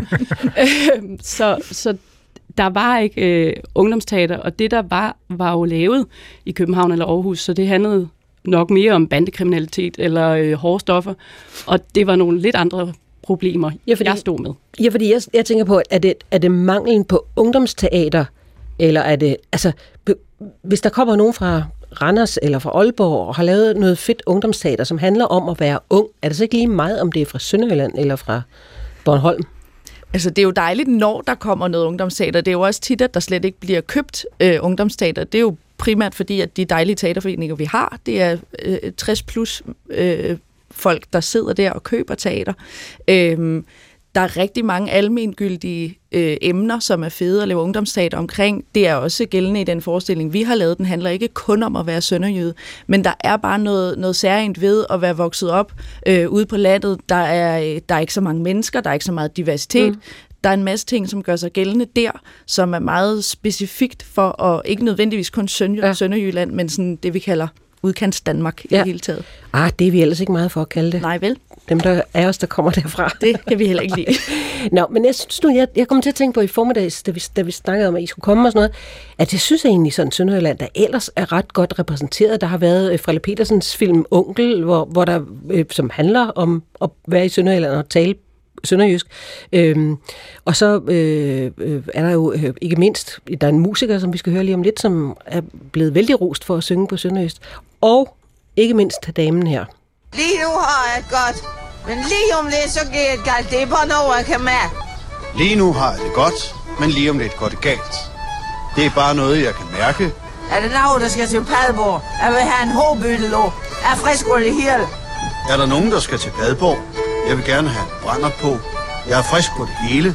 L: øh, så, så der var ikke øh, ungdomsteater, og det der var, var jo lavet i København eller Aarhus, så det handlede nok mere om bandekriminalitet eller øh, hårde stoffer, og det var nogle lidt andre problemer, ja, fordi, jeg stod med.
C: Ja, fordi jeg, jeg tænker på, at er det, er det manglen på ungdomsteater, Eller er det, altså, hvis der kommer nogen fra Randers eller fra Aalborg og har lavet noget fedt ungdomsteater, som handler om at være ung, er det så ikke lige meget, om det er fra Sønderjylland eller fra Bornholm?
K: Altså, det er jo dejligt, når der kommer noget ungdomsteater. Det er jo også tit, at der slet ikke bliver købt øh, ungdomsteater. Det er jo primært fordi, at de dejlige teaterforeninger, vi har, det er øh, tres plus øh, folk, der sidder der og køber teater. Øh, Der er rigtig mange almengyldige øh, emner, som er fede at lave ungdomsteater omkring. Det er også gældende i den forestilling, vi har lavet. Den handler ikke kun om at være sønderjyde, men der er bare noget, noget særligt ved at være vokset op øh, ude på landet. Der er, der er ikke så mange mennesker, der er ikke så meget diversitet. Mm. Der er en masse ting, som gør sig gældende der, som er meget specifikt for, at ikke nødvendigvis kun Sønder- ja. Sønderjylland, men sådan det, vi kalder udkants Danmark i
C: ja.
K: det hele taget.
C: Ah, det er vi ellers ikke meget for at kalde det.
K: Nej, vel?
C: Dem, der er os, der kommer derfra.
K: Det kan vi heller ikke lide.
C: Nå, men jeg synes nu, jeg, jeg kom til at tænke på i formiddags, da vi, da vi snakkede om, at I skulle komme og sådan noget, at jeg synes egentlig sådan Sønderjylland, der ellers er ret godt repræsenteret. Der har været øh, Frelle Petersens film Onkel, hvor, hvor der, øh, som handler om at være i Sønderjylland og tale sønderjysk. Øhm, og så øh, øh, er der jo øh, ikke mindst, der er en musiker, som vi skal høre lige om lidt, som er blevet vældig rost for at synge på sønderjysk. Og ikke mindst damen her.
M: Lige nu har jeg det godt, men lige om lidt så går det galt. Det er bare noget, jeg kan mærke.
N: Lige nu har jeg det godt, men lige om lidt går det galt. Det er bare noget, jeg kan mærke.
M: Er det noget, der skal til Padborg? Jeg vil have en hårbyttelå. Jeg er frisk og det hele.
N: Er der nogen, der skal til Padborg? Jeg vil gerne have en brænder på. Jeg er frisk på det hele.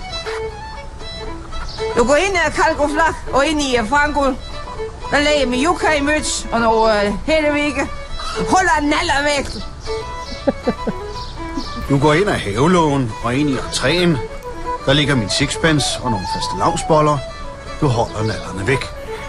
M: Du går ind i kalkoflak og ind i Frankul. Der lægger med yucca i møds og nogle uh, hedevige. Holder den aller væk.
N: Du går ind ad havelågen og ind i entréen. Der ligger min sixpence og nogle fastelavnsboller. Du holder nallerne væk.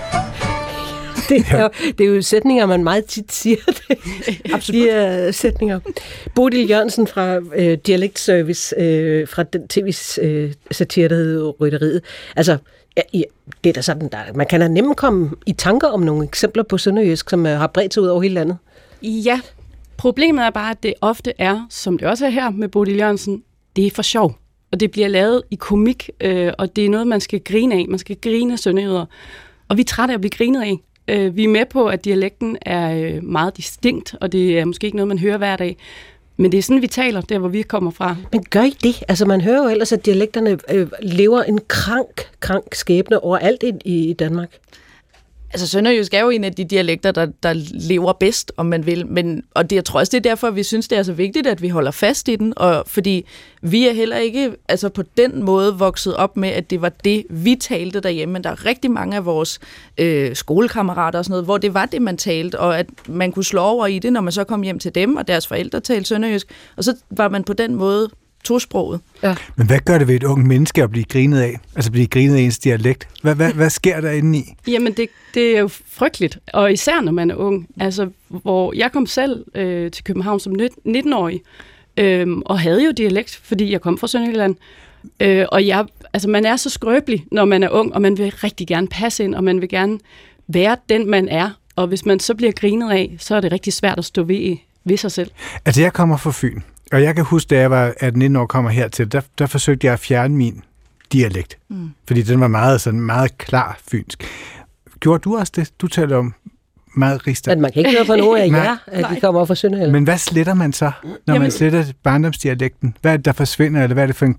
C: Det er, jo, det er jo sætninger, man meget tit siger. Det. Absolut. De er sætninger. Bodil Jørgensen fra øh, Dialektservice, øh, fra den tv-satire, der hedder Rytteriet. Altså, ja, det er da sådan, der man kan da nemt komme i tanker om nogle eksempler på sønderjysk, som øh, har bredt sig ud over hele landet.
L: Ja, problemet er bare, at det ofte er, som det også er her med Bodil Jørgensen, det er for sjov. Og det bliver lavet i komik, øh, og det er noget, man skal grine af. Man skal grine sønderjyder. Og vi er trætte af at blive grinet af. Øh, vi er med på, at dialekten er øh, meget distinkt, og det er måske ikke noget, man hører hver dag. Men det er sådan, vi taler, der hvor vi kommer fra.
C: Men gør I det? Altså, man hører jo ellers, at dialekterne øh, lever en krank, krank skæbne overalt i, i Danmark.
K: Altså, sønderjysk er jo en af de dialekter, der, der lever bedst, om man vil. Men, og det, jeg tror også, det er derfor, vi synes, det er så vigtigt, at vi holder fast i den. Og fordi vi er heller ikke altså på den måde vokset op med, at det var det, vi talte derhjemme. Men der er rigtig mange af vores øh, skolekammerater og sådan noget, hvor det var det, man talte. Og at man kunne slå over i det, når man så kom hjem til dem, og deres forældre talte sønderjysk. Og så var man på den måde tosproget.
B: Ja. Men hvad gør det ved et ungt menneske at blive grinet af? Altså blive grinet af ens dialekt? Hvad, hvad, hvad sker der inde i?
L: Jamen, det, det er jo frygteligt. Og især når man er ung. Altså, hvor jeg kom selv øh, til København som nitten-årig, øh, og havde jo dialekt, fordi jeg kom fra Sønderjylland. Øh, og jeg, altså, man er så skrøbelig, når man er ung, og man vil rigtig gerne passe ind, og man vil gerne være den, man er. Og hvis man så bliver grinet af, så er det rigtig svært at stå ved, ved sig selv.
B: Altså, jeg kommer fra Fyn. Og jeg kan huske, da jeg var atten år kommer hertil, der, der forsøgte jeg at fjerne min dialekt. Mm. Fordi den var meget, sådan, meget klar fynsk. Gjorde du også det? Du talte om meget rigsdag.
C: Men man kan ikke høre fra nogen af jer, at de kommer fra Sønderjylland.
B: Men hvad sletter man så, når Jamen. man sletter barndomsdialekten? Hvad er det, der forsvinder? Eller hvad er det for en...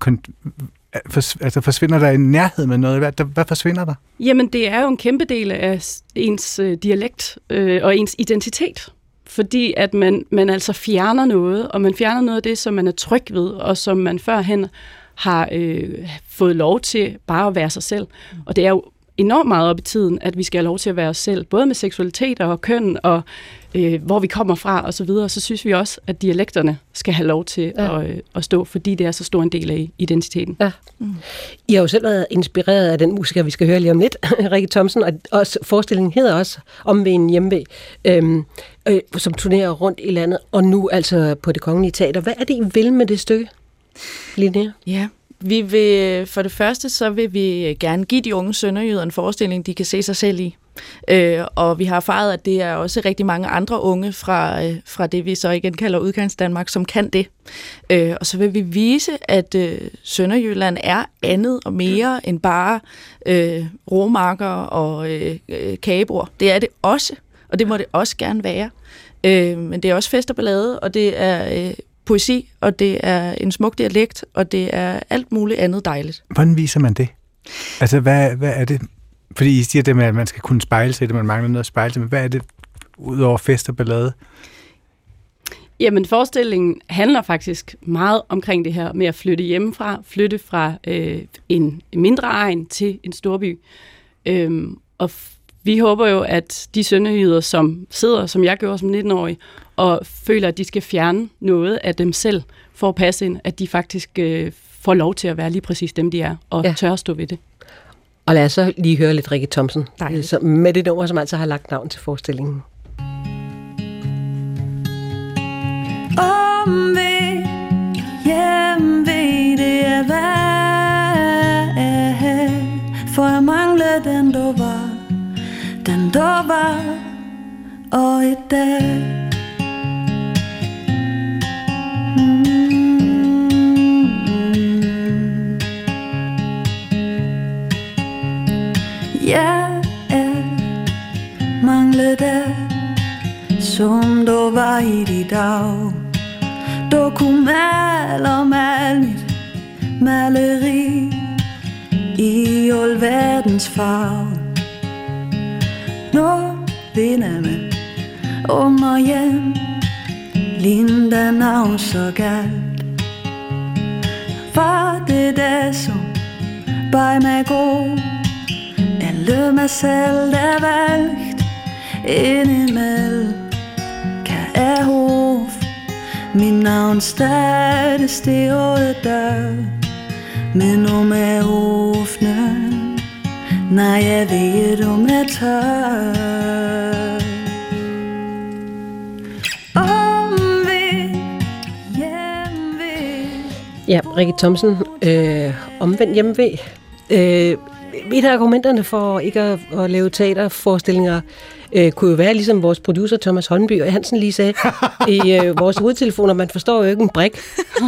B: For, altså forsvinder der en nærhed med noget? Hvad, der, hvad forsvinder der?
L: Jamen, det er jo en kæmpe del af ens øh, dialekt øh, og ens identitet. Fordi at man, man altså fjerner noget, og man fjerner noget af det, som man er tryg ved, og som man førhen har øh, fået lov til bare at være sig selv. Og det er jo enormt meget op i tiden, at vi skal have lov til at være os selv, både med seksualitet og køn, og øh, hvor vi kommer fra, og så videre. Så synes vi også, at dialekterne skal have lov til ja. at, øh, at stå, fordi det er så stor en del af identiteten.
C: Ja. Mm. I har jo selv været inspireret af den musiker, vi skal høre lige om lidt, Rikke Thomsen, og også, forestillingen hedder også Om ved en hjemve, øhm, øh, som turnerer rundt i landet, og nu altså på Det Kongelige Teater. Hvad er det, I vil med det stykke, Linnea?
K: Ja, Vi vil, for det første, så vil vi gerne give de unge sønderjyder en forestilling, de kan se sig selv i. Øh, og vi har erfaret, at det er også rigtig mange andre unge fra, øh, fra det, vi så igen kalder Udkantsdanmark, som kan det. Øh, og så vil vi vise, at øh, Sønderjylland er andet og mere end bare øh, romarker og øh, kagebord. Det er det også, og det må det også gerne være. Øh, men det er også fest og ballade, og det er øh, poesi, og det er en smuk dialekt, og det er alt muligt andet dejligt.
B: Hvordan viser man det? Altså, hvad, hvad er det? Fordi I siger det med, at man skal kunne spejle sig, det man mangler noget at spejle sig, men hvad er det udover fest og ballade?
L: Jamen, forestillingen handler faktisk meget omkring det her med at flytte hjemmefra, flytte fra øh, en mindre egn til en storby. Øhm, og f- vi håber jo, at de sønderjyder, som sidder, som jeg gjorde som nitten-årig, og føler, at de skal fjerne noget af dem selv for at passe ind, at de faktisk øh, får lov til at være lige præcis dem, de er, og ja. tør at stå ved det.
C: Og lad os så lige høre lidt Rikke Thomsen, så med det nummer, som altså har lagt navn til forestillingen.
J: Om vi hjemme det er hvad, for jeg mangler den der var, den der var, og i dag. Jeg er manglet der, som du var i de dag. Du kunne male og male mit maleri i all verdens farve. Nu vinder man under hjem, Linda navn så galt. Var det der som bare mig god, eller mig selv der valgt indimellem, kan jeg håbe min navn stadig stod der, men om jeg åbner, nej jeg ved om jeg tør. Om vi hjemme.
C: Ja, Rikke Thomsen, øh, omvendt hjemme. Øh, et af argumenterne for ikke at, at lave teaterforestillinger øh, kunne jo være, ligesom vores producer Thomas Håndby og Hansen lige sagde, i øh, vores hovedtelefoner, man forstår jo ikke en brik.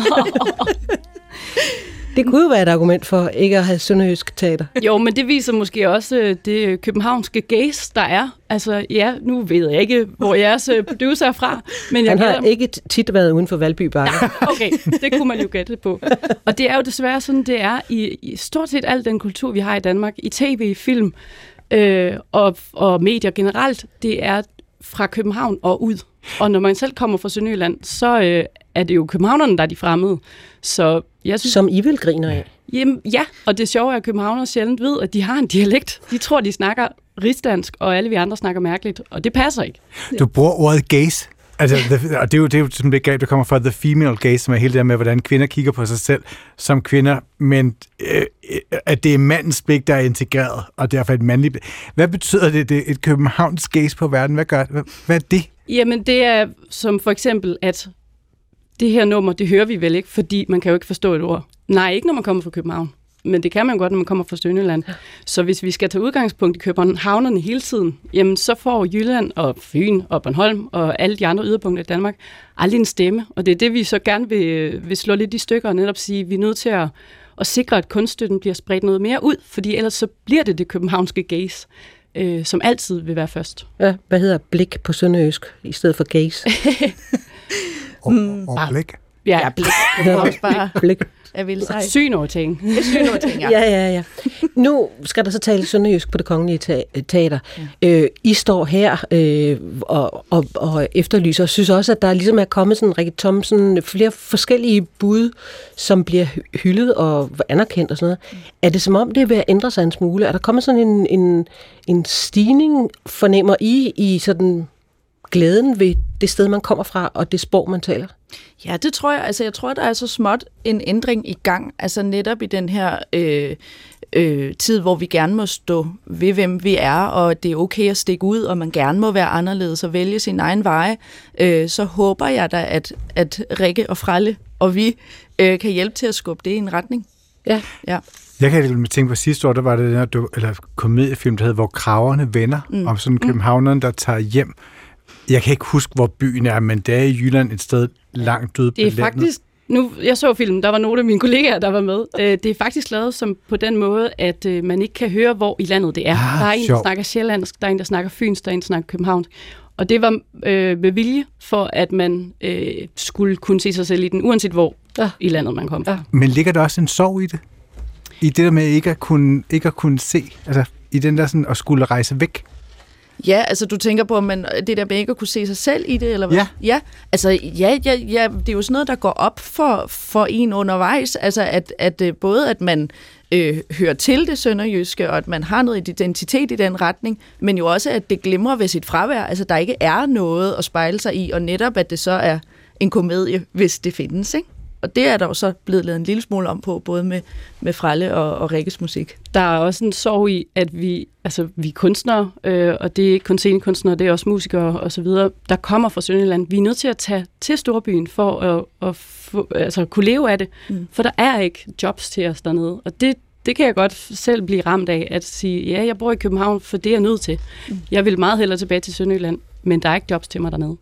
C: Det kunne jo være et argument for ikke at have sønderjysk teater.
L: Jo, men det viser måske også det københavnske gaze, der er. Altså, ja, nu ved jeg ikke, hvor jeres producer er fra. Men jeg
C: Han har
L: gælder...
C: ikke tit været uden for Valby Bakke.
L: Ja, okay, det kunne man jo gætte på. Og det er jo desværre sådan, det er i, i stort set al den kultur, vi har i Danmark. I tv, film øh, og, og medier generelt, det er fra København og ud. Og når man selv kommer fra Sønderjylland, så øh, er det jo københavnerne, der er de fremmede. Så jeg synes,
C: som I vil griner af.
L: Jamen, ja, og det sjove er, at københavnere sjældent ved, at de har en dialekt. De tror, de snakker rigsdansk, og alle vi andre snakker mærkeligt, og det passer ikke.
B: Du bruger ordet gaze. Altså, the, og det er jo, det er jo sådan et begreb, der kommer fra the female gaze, som er hele det der med, hvordan kvinder kigger på sig selv som kvinder, men øh, at det er mandens blik, der er integreret, og derfor et mandligt blik. Hvad betyder det, det et københavns gaze på verden? Hvad gør hvad, hvad er det?
L: Jamen, det er som for eksempel, at det her nummer, det hører vi vel ikke, fordi man kan jo ikke forstå et ord. Nej, ikke når man kommer fra København, men det kan man godt, når man kommer fra Sønderjylland. Så hvis vi skal tage udgangspunkt i københavnerne hele tiden, jamen så får Jylland og Fyn og Bornholm og alle de andre yderpunkter i Danmark aldrig en stemme. Og det er det, vi så gerne vil, vil slå lidt i stykker og netop sige, at vi er nødt til at, at sikre, at kunststøtten bliver spredt noget mere ud, fordi ellers så bliver det det københavnske gaze, øh, som altid vil være først.
C: Ja, hvad hedder blik på sønderjysk i stedet for gaze?
B: Og, og blik.
L: Ja, ja, blik.
K: Det er også bare
C: blik.
K: Jeg vil sige.
L: Syn over ting.
K: Syn over ting, ja.
C: ja, ja, ja. Nu skal der så tale sønderjysk på Det Kongelige Teater. Ja. Øh, I står her øh, og, og, og efterlyser, og synes også, at der ligesom er kommet sådan Rikke Thomsen, flere forskellige bud, som bliver hyldet og anerkendt og sådan noget. Mm. Er det som om, det er ved at ændre sig en smule? Er der kommet sådan en, en, en stigning, fornemmer I, i sådan glæden ved det sted, man kommer fra, og det sprog, man taler?
K: Ja, det tror jeg. Altså, jeg tror, der er så småt en ændring i gang. Altså netop i den her øh, øh, tid, hvor vi gerne må stå ved, hvem vi er, og det er okay at stikke ud, og man gerne må være anderledes og vælge sin egen veje. Øh, så håber jeg da, at, at Rikke og Frelle og vi øh, kan hjælpe til at skubbe det i en retning.
C: Ja.
K: ja.
B: Jeg kan tænke på sidste år, der var det den her eller komediefilm, der hedder Hvor kragerne vender, mm. om sådan en københavneren, der tager hjem. Jeg kan ikke huske, hvor byen er, men det er i Jylland et sted langt ude på landet.
L: Det er faktisk, nu, jeg så filmen, der var nogle af mine kollegaer, der var med. Det er faktisk lavet som på den måde, at man ikke kan høre, hvor i landet det er.
B: Ah,
L: der er en,
B: sjov.
L: der snakker sjællandsk, der er en, der snakker fynsk, der er en, der snakker københavnsk. Og det var øh, med vilje for, at man øh, skulle kunne se sig selv i den, uanset hvor ja. i landet man kom fra. Ja.
B: Men ligger der også en sorg i det? I det der med ikke at kunne, ikke at kunne se? Altså i den der sådan at skulle rejse væk?
K: Ja, altså du tænker på, om man, det der med ikke at kunne se sig selv i det, eller hvad?
B: Ja.
K: Ja, altså ja, ja, ja, det er jo sådan noget, der går op for, for en undervejs, altså at, at både at man øh, hører til det sønderjyske, og at man har noget identitet i den retning, men jo også, at det glimrer ved sit fravær, altså der ikke er noget at spejle sig i, og netop, at det så er en komedie, hvis det findes, ikke? Og det er der jo så blevet lavet en lille smule om på, både med, med Frelle og, og Rikkes musik.
L: Der er også en sorg i, at vi, altså, vi er kunstnere, øh, og det er ikke kun scenekunstnere, det er også musikere og så videre, der kommer fra Sønderjylland. Vi er nødt til at tage til storbyen for at, at få, altså, kunne leve af det, mm. for der er ikke jobs til os dernede. Og det, det kan jeg godt selv blive ramt af, at sige, ja, jeg bor i København, for det er jeg nødt til. Mm. Jeg vil meget hellere tilbage til Sønderjylland, men der er ikke jobs til mig dernede.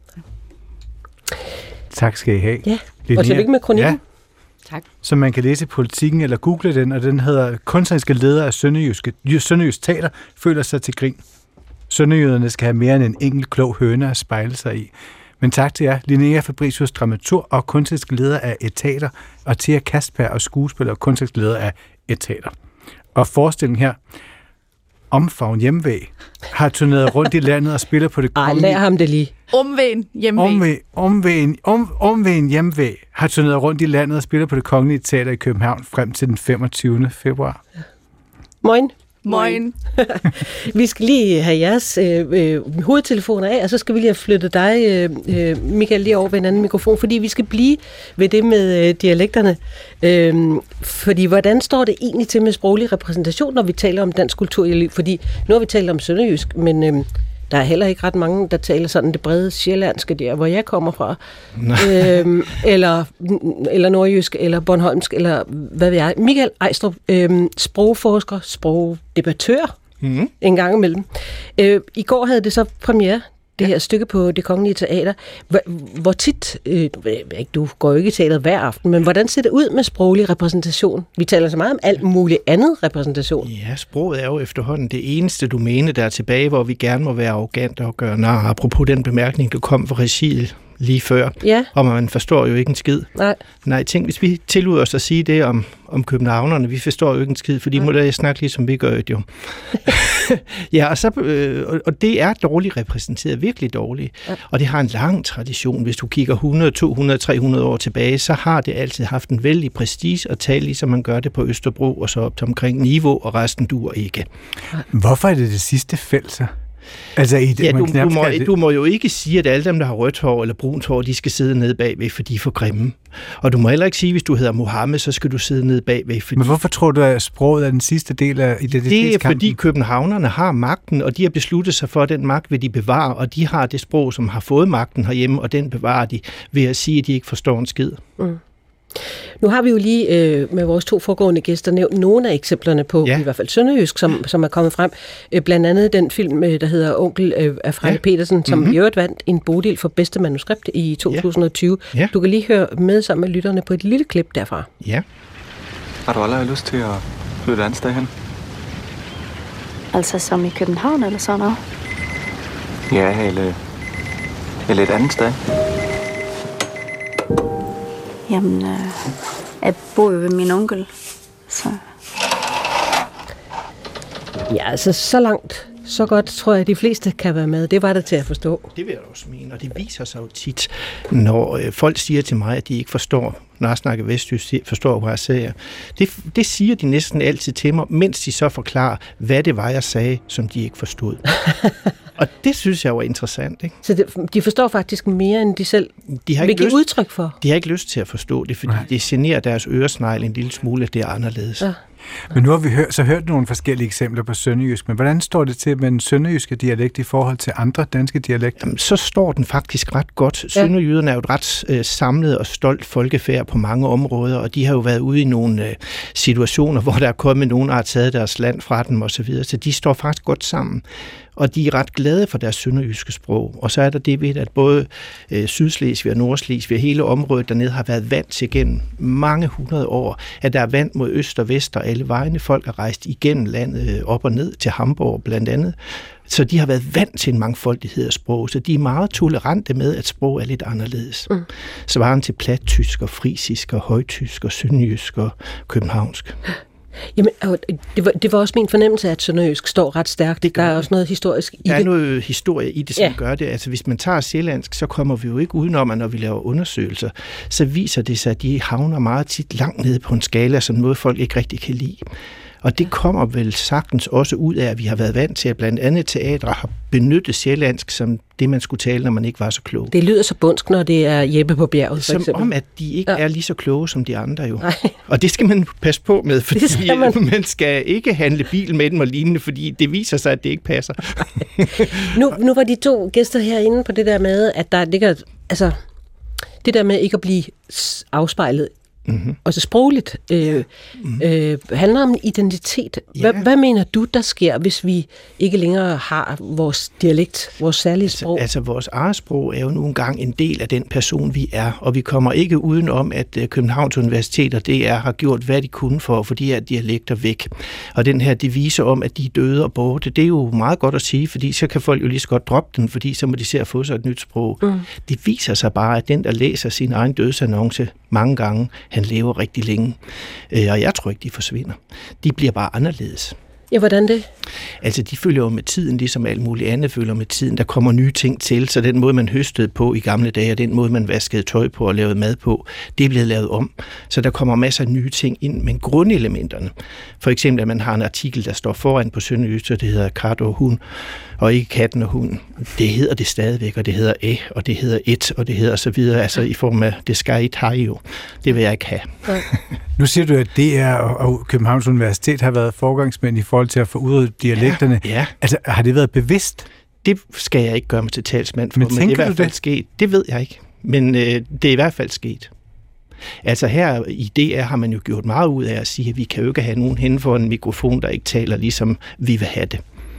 B: Tak skal I have.
C: Ja, og tillykke med kronikken. Ja.
L: Tak.
B: Så man kan læse i Politikken eller google den, og den hedder Kunstneriske ledere af Sønderjyske. Sønderjysk Teater føler sig til grin. Sønderjyderne skal have mere end en enkelt klog høne at spejle sig i. Men tak til jer, Linnea Fabricius, dramaturg og kunstnerisk leder af et teater, og Thea Kastberg og skuespiller og kunstnerisk leder af et teater. Og forestillingen her, Omfavn Hjemvæg, har turneret rundt i landet og spiller på det kongelige...
C: Ej, lad ham det lige.
K: Omvægen Hjemvæg.
B: Omvægen, omvægen, om, omvægen Hjemvæg har turneret rundt i landet og spiller på det kongelige teater i København frem til den femogtyvende februar.
C: Moin.
K: Moin.
C: Vi skal lige have jeres øh, øh, hovedtelefoner af, og så skal vi lige have flyttet dig, øh, Michael, lige over ved en anden mikrofon, fordi vi skal blive ved det med øh, dialekterne. Øh, fordi hvordan står det egentlig til med sproglig repræsentation, når vi taler om dansk kultur? Fordi nu har vi talt om sønderjysk, men øh, der er heller ikke ret mange, der taler sådan det brede sjællandske der, hvor jeg kommer fra. øhm, eller, eller nordjysk, eller bornholmsk, eller hvad ved jeg. Michael Ejstrup, øhm, sprogforsker, sprogdebattør, mm-hmm. en gang imellem. Øh, I går havde det så premiere, det her stykke på Det Kongelige Teater. Hvor, hvor tit, øh, du går jo ikke i teateret hver aften, men hvordan ser det ud med sproglig repræsentation? Vi taler så meget om alt muligt andet repræsentation.
O: Ja, sproget er jo efterhånden det eneste domæne, der er tilbage, hvor vi gerne må være arrogante og gøre nar. Apropos den bemærkning, der kom fra regiet lige før,
C: ja.
O: Og man forstår jo ikke en skid.
C: Nej.
O: Nej, tænk, hvis vi tillod os at sige det om, om københavnerne, vi forstår jo ikke en skid, for de må da snakke ligesom vi gør jo. Ja, og, så, øh, og det er dårligt repræsenteret, virkelig dårligt. Ja. Og det har en lang tradition. Hvis du kigger hundrede, to hundrede, tre hundrede år tilbage, så har det altid haft en vældig prestige at tale, ligesom man gør det på Østerbro, og så op til omkring Niveau, og resten duer ikke.
B: Hvorfor er det det sidste felt, så? Altså, i det,
O: ja, du,
B: du,
O: må, du må jo ikke sige, at alle dem, der har rødt hår eller brunt hår, de skal sidde nede bagved, for de er for grimme. Og du må heller ikke sige, hvis du hedder Mohammed, så skal du sidde nede bagved. Fordi...
B: Men hvorfor tror du, at sproget er den sidste del af identitetskampen?
O: Det er, fordi københavnerne har magten, og de har besluttet sig for, at den magt vil de bevare, og de har det sprog, som har fået magten herhjemme, og den bevarer de ved at sige, at de ikke forstår en skid.
C: Mm. Nu har vi jo lige øh, med vores to foregående gæster nævnt nogle af eksemplerne på, ja. I hvert fald sønderjysk, som, som er kommet frem. Øh, blandt andet den film, der hedder Onkel øh, af Frelle ja. Petersen, som mm-hmm. i øvrigt vandt en Bodil for bedste manuskript i to tusind og tyve. Ja. Ja. Du kan lige høre med sammen med lytterne på et lille klip derfra.
O: Ja.
P: Har du aldrig lyst til at flytte et andet sted hen?
Q: Altså som i København eller sådan noget?
P: Ja, eller, eller et andet sted.
Q: Jamen, øh, jeg bor jo ved min onkel, så...
C: Ja, altså så langt, så godt tror jeg, at de fleste kan være med. Det var det til at forstå.
O: Det vil jeg også mene, og det viser sig jo tit, når øh, folk siger til mig, at de ikke forstår, når jeg snakker vestjysk, forstår, hvad jeg siger. Det, det siger de næsten altid til mig, mens de så forklarer, hvad det var, jeg sagde, som de ikke forstod. Og det synes jeg var interessant. Ikke?
C: Så det, de forstår faktisk mere, end de selv
O: de har
C: vil give udtryk for?
O: De har ikke lyst til at forstå det, fordi Nej. det generer deres øresnegl en lille smule, at det er anderledes. Ja.
B: Men nu har vi hørt, så hørt nogle forskellige eksempler på sønderjysk, men hvordan står det til med den sønderjyske dialekt i forhold til andre danske dialekter?
O: Jamen, så står den faktisk ret godt. Ja. Sønderjyderne er jo et ret øh, samlet og stolt folkefærd på mange områder, og de har jo været ude i nogle øh, situationer, hvor der er kommet nogen, der har taget deres land fra dem osv., så de står faktisk godt sammen. Og de er ret glade for deres sønderjyske sprog. Og så er der det ved, at både øh, Sydslesvig og Nordslesvig og hele området dernede har været vant til gennem mange hundrede år, at der er vand mod øst og vest og alle vejene. Folk er rejst igennem landet op og ned til Hamburg blandt andet. Så de har været vant til en mangfoldighed af sprog, så de er meget tolerante med, at sprog er lidt anderledes. Mm. Svaren til plattysk og frisisk og højtysk og sønderjysk og københavnsk.
C: Jamen, det var, det var også min fornemmelse, at sønderjysk står ret stærkt. Der er også noget historisk i det.
O: Der er noget historie i det, som ja. gør det. Altså, hvis man tager sjællandsk, så kommer vi jo ikke udenom, at når vi laver undersøgelser, så viser det sig, at de havner meget tit langt nede på en skala, som noget folk ikke rigtig kan lide. Og det kommer vel sagtens også ud af, at vi har været vant til, at blandt andet teatre har benyttet sjællandsk som det, man skulle tale, når man ikke var så klog.
C: Det lyder så bundsk, når det er Jeppe på bjerget, for
O: som
C: eksempel.
O: Om, at de ikke ja. er lige så kloge som de andre jo. Nej. Og det skal man passe på med, fordi skal man. man skal ikke handle bil med dem og lignende, fordi det viser sig, at det ikke passer.
C: nu, nu var de to gæster herinde på det der med, at der ligger, altså, det der med ikke at blive afspejlet, mm-hmm. også sprogligt, øh, mm-hmm. øh, handler om identitet. Hva, ja. Hvad mener du, der sker, hvis vi ikke længere har vores dialekt, vores særlige
O: altså,
C: sprog?
O: Altså, vores eget sprog er jo nogle gange en del af den person, vi er, og vi kommer ikke udenom, at Københavns Universitet og D R har gjort, hvad de kunne for at få de her dialekter væk. Og den her devise om, at de er døde og borte, det er jo meget godt at sige, fordi så kan folk jo lige så godt droppe den, fordi så må de se at få sig et nyt sprog. Mm. Det viser sig bare, at den, der læser sin egen dødsannonce mange gange, han lever rigtig længe. Og jeg tror ikke, de forsvinder. De bliver bare anderledes.
C: Ja, hvordan det?
O: Altså, de følger jo med tiden, ligesom alt muligt andet følger med tiden. Der kommer nye ting til, så den måde, man høstede på i gamle dage, og den måde, man vaskede tøj på og lavede mad på, det er blevet lavet om. Så der kommer masser af nye ting ind, men grundelementerne, for eksempel, at man har en artikel, der står foran på sønderjysk, og det hedder kat og hund, og ikke katten og hunden. Det hedder det stadigvæk, og det hedder æ, og det hedder et, og det hedder så videre, altså i form af, det skal ikke have jo. Det vil jeg ikke have. Ja.
B: Nu siger du, at D R og Københavns Universitet har været forgangsmænd i forhold til at få udryddet dialekterne.
O: Ja, ja.
B: Altså, har det været bevidst?
O: Det skal jeg ikke gøre mig til talsmand for,
B: men,
O: men det er i hvert fald det? sket. Det ved jeg ikke, men øh, det er i hvert fald sket. Altså her i D R har man jo gjort meget ud af at sige, at vi kan jo ikke have nogen hen for en mikrofon, der ikke taler ligesom vi vil have det.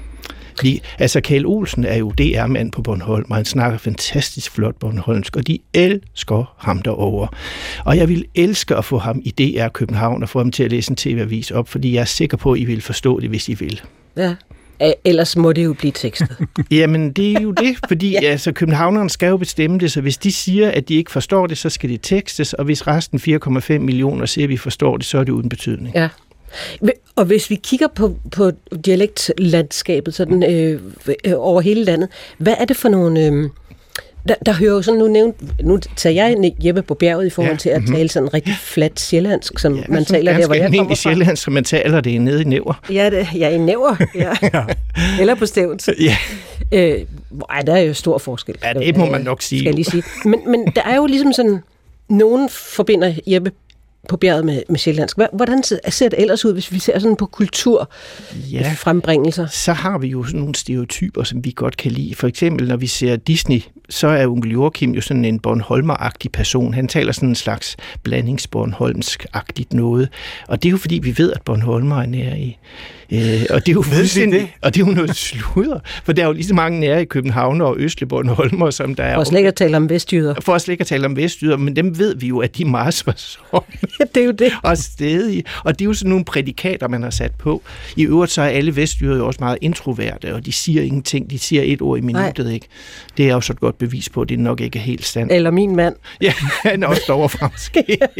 O: Vi, altså Kjeld Olsen er jo D R-mand på Bornholm, og han snakker fantastisk flot bornholmsk, og de elsker ham derovre. Og jeg vil elske at få ham i D R København og få ham til at læse en tv-avis op, fordi jeg er sikker på, at I vil forstå det, hvis I vil.
C: Ja. Ellers må det jo blive tekstet.
O: Jamen, det er jo det, fordi ja. altså, københavnerne skal jo bestemme det, så hvis de siger, at de ikke forstår det, så skal det tekstes, og hvis resten fire komma fem millioner siger, at vi forstår det, så er det uden betydning.
C: Ja. Og hvis vi kigger på, på dialektlandskabet sådan, øh, øh, over hele landet, hvad er det for nogle... Øh, der, der hører jo sådan, nu, nævnt, nu tager jeg Jeppe på bjerget i forhold ja, til at mm-hmm. tale sådan rigtig flat sjællandsk, som ja, man taler der, hvor jeg kommer fra.
O: Sjællandsk, som man taler det nede i næver.
C: Ja, det, ja i næver. Ja. ja. Eller på stævns.
O: Ja.
C: Øh, ej, der er jo stor forskel.
O: Ja, det må man nok sige.
C: Skal jeg lige sige. Men, men der er jo ligesom sådan, nogen forbinder Jeppe på bjerget med, med sjællandsk. Hvordan ser det ellers ud, hvis vi ser sådan på kultur ja, frembringelser?
O: Så har vi jo sådan nogle stereotyper, som vi godt kan lide. For eksempel, når vi ser Disney, så er onkel Joachim jo sådan en Bornholmer-agtig person. Han taler sådan en slags blandings-bornholmsk-agtigt noget. Og det er jo fordi, vi ved, at Bornholmer er nære i. Øh, og det er jo fuldstændig, og det er jo noget sludder, for der er jo lige så mange nære i København og Østlig Bornholmer, som der er.
C: For at slet ikke at tale om vestjyder.
O: For at slet ikke at tale om vestjyder, men dem ved vi jo, at de er meget svarsomme.
C: Ja, det er jo det.
O: Og stedige. Og det er jo sådan nogle prædikater, man har sat på. I øvrigt så er alle vestjyder jo også meget introverte, og de siger ingenting. De siger et ord i minuttet, ikke? Det er jo så et godt bevis på, at det nok ikke er helt sandt.
C: Eller min mand.
O: Ja, han er også derovre måske. Ja.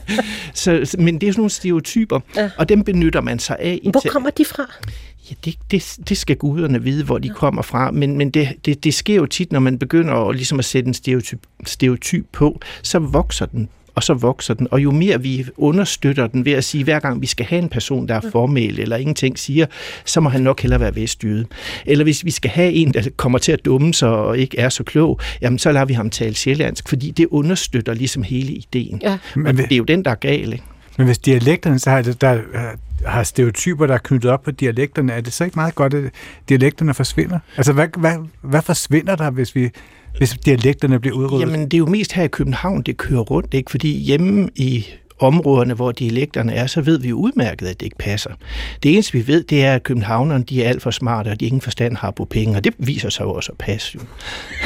O: Så, men det er sådan nogle stereotyper, ja. Og dem benytter man sig af.
C: Hvor kommer de fra?
O: Ja, det, det, det skal guderne vide, hvor de ja. kommer fra, men, men det, det, det sker jo tit, når man begynder at, ligesom at sætte en stereotyp, stereotyp på, så vokser den, og så vokser den, og jo mere vi understøtter den ved at sige, hver gang vi skal have en person, der er formel eller ingenting siger, så må han nok hellere være vestjyde. Eller hvis vi skal have en, der kommer til at dumme sig og ikke er så klog, jamen så lader vi ham tale sjællandsk, fordi det understøtter ligesom hele ideen. Ja.
B: Men
O: det er jo den, der er gal, ikke?
B: Men hvis dialekterne, så har, det, der, har stereotyper, der er knyttet op på dialekterne, er det så ikke meget godt, at dialekterne forsvinder? Altså, hvad, hvad, hvad forsvinder der, hvis vi hvis dialekterne bliver udryddet?
O: Jamen, det er jo mest her i København, det kører rundt, ikke? Fordi hjemme i områderne, hvor dialekterne er, så ved vi jo udmærket, at det ikke passer. Det eneste, vi ved, det er, at københavnerne, de er alt for smarte, og de ingen forstand har på penge, og det viser sig jo også at passe. Jo.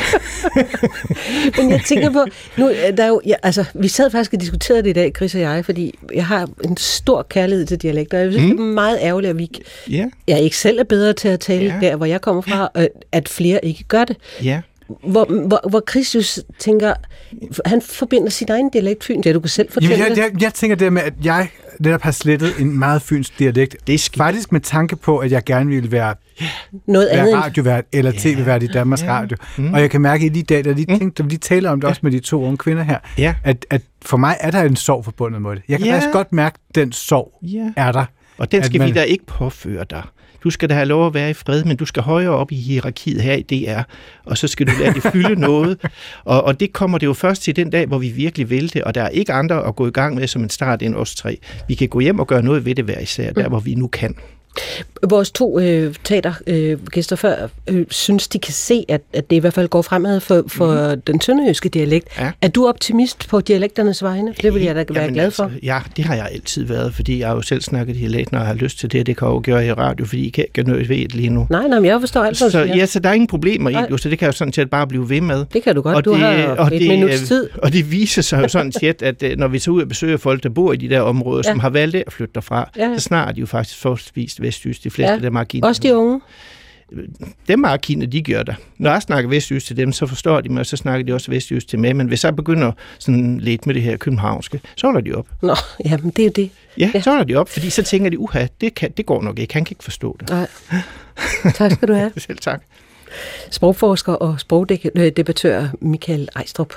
C: Men jeg tænker på, nu, der er jo, ja, altså, vi sad faktisk og diskuterede det i dag, Chris og jeg, fordi jeg har en stor kærlighed til dialekter, og jeg synes, mm. det er meget ærgerligt, at vi yeah. jeg ikke selv er bedre til at tale yeah. der, hvor jeg kommer fra, og at flere ikke gør det.
O: Ja. Yeah.
C: Hvor, hvor, hvor Christius tænker, han forbinder sin egen dialekt fynsk. Ja, du kan selv fortælle
B: jeg,
C: det.
B: Jeg, jeg tænker det med, at jeg netop har slettet en meget fynsk dialekt. Det er faktisk med tanke på, at jeg gerne ville være,
C: noget
B: være
C: andet
B: radiovært eller yeah. tv-vært i Danmarks yeah. Radio. Mm. Og jeg kan mærke i de dage, da de, mm. tænkte, de taler om det også med de to unge kvinder her, yeah. at, at for mig er der en sorg forbundet med det. Jeg kan yeah. faktisk godt mærke, at den sorg yeah. er der.
O: Og den skal man... vi da ikke påføre dig. Du skal da have lov at være i fred, men du skal højere op i hierarkiet her i D R, og så skal du lade det fylde noget. Og, og det kommer det jo først til den dag, hvor vi virkelig vil det, og der er ikke andre at gå i gang med som en start end os tre. Vi kan gå hjem og gøre noget ved det hver især, der hvor vi nu kan.
C: Vores to øh, teatergæster øh, før øh, synes, de kan se, at, at det i hvert fald går fremad for, for mm. den sønderjyske dialekt. Ja. Er du optimist på dialekternes vegne? Det vil jeg da være
O: Jamen,
C: glad for.
O: Altså, ja, det har jeg altid været, fordi jeg har jo selv snakket dialekt, når jeg har lyst til det. Det kan jeg jo gøre i radio, fordi I kan ikke noget ved det lige nu.
C: Nej, nej, men jeg forstår alt,
O: så, så ja, så der er ingen problemer i det, så det kan jo sådan set bare blive ved med.
C: Det kan du godt,
O: og
C: du
O: det,
C: har
O: og
C: et
O: det,
C: minuts tid.
O: Og det viser sig jo sådan set, at når vi tager ud og besøger folk, der bor i de der områder, ja. som har valgt at flytte derfra, ja. så snart er de jo faktisk forholdsvis vestjysk, de fleste.
C: Ja. Også de unge?
O: Dem markiner, de gør der. Når jeg snakker vestjysk til dem, så forstår de mig, og så snakker de også vestjysk til mig. Men hvis jeg begynder sådan lidt med det her københavnske, så holder de op.
C: Nå, jamen det er jo det.
O: Ja, ja. så holder de op, fordi så tænker de, uha, det, kan, det går nok ikke. Han kan ikke forstå det.
C: Nej. Tak skal du have.
O: Selv tak.
C: Sprogforsker og sprogdebattør Michael Ejstrup.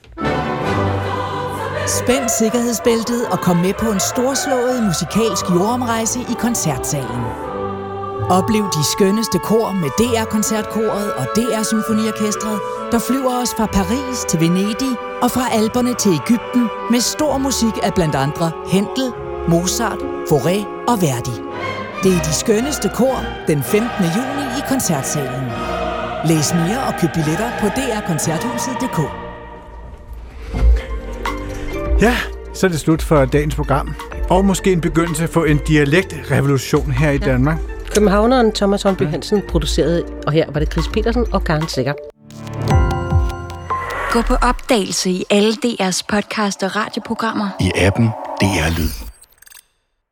R: Spænd sikkerhedsbæltet og kom med på en storslået musikalsk jordomrejse i koncertsalen. Oplev de skønneste kor med D R-koncertkoret og D R-symfoniorkestret, der flyver os fra Paris til Venedig og fra Alperne til Egypten med stor musik af blandt andre Händel, Mozart, Fauré og Verdi. Det er de skønneste kor den femtende juni i koncertsalen. Læs mere og køb billetter på d r koncerthuset punktum d k.
B: Ja, så er det slut for dagens program. Og måske en begyndelse for en dialektrevolution her i ja. Danmark.
C: Københavneren Thomas Hornby Hansen producerede, og her var det Chris Petersen og Karen Sikker.
S: Gå på opdagelse i alle D R's podcast og radioprogrammer.
T: I appen D R Lyd.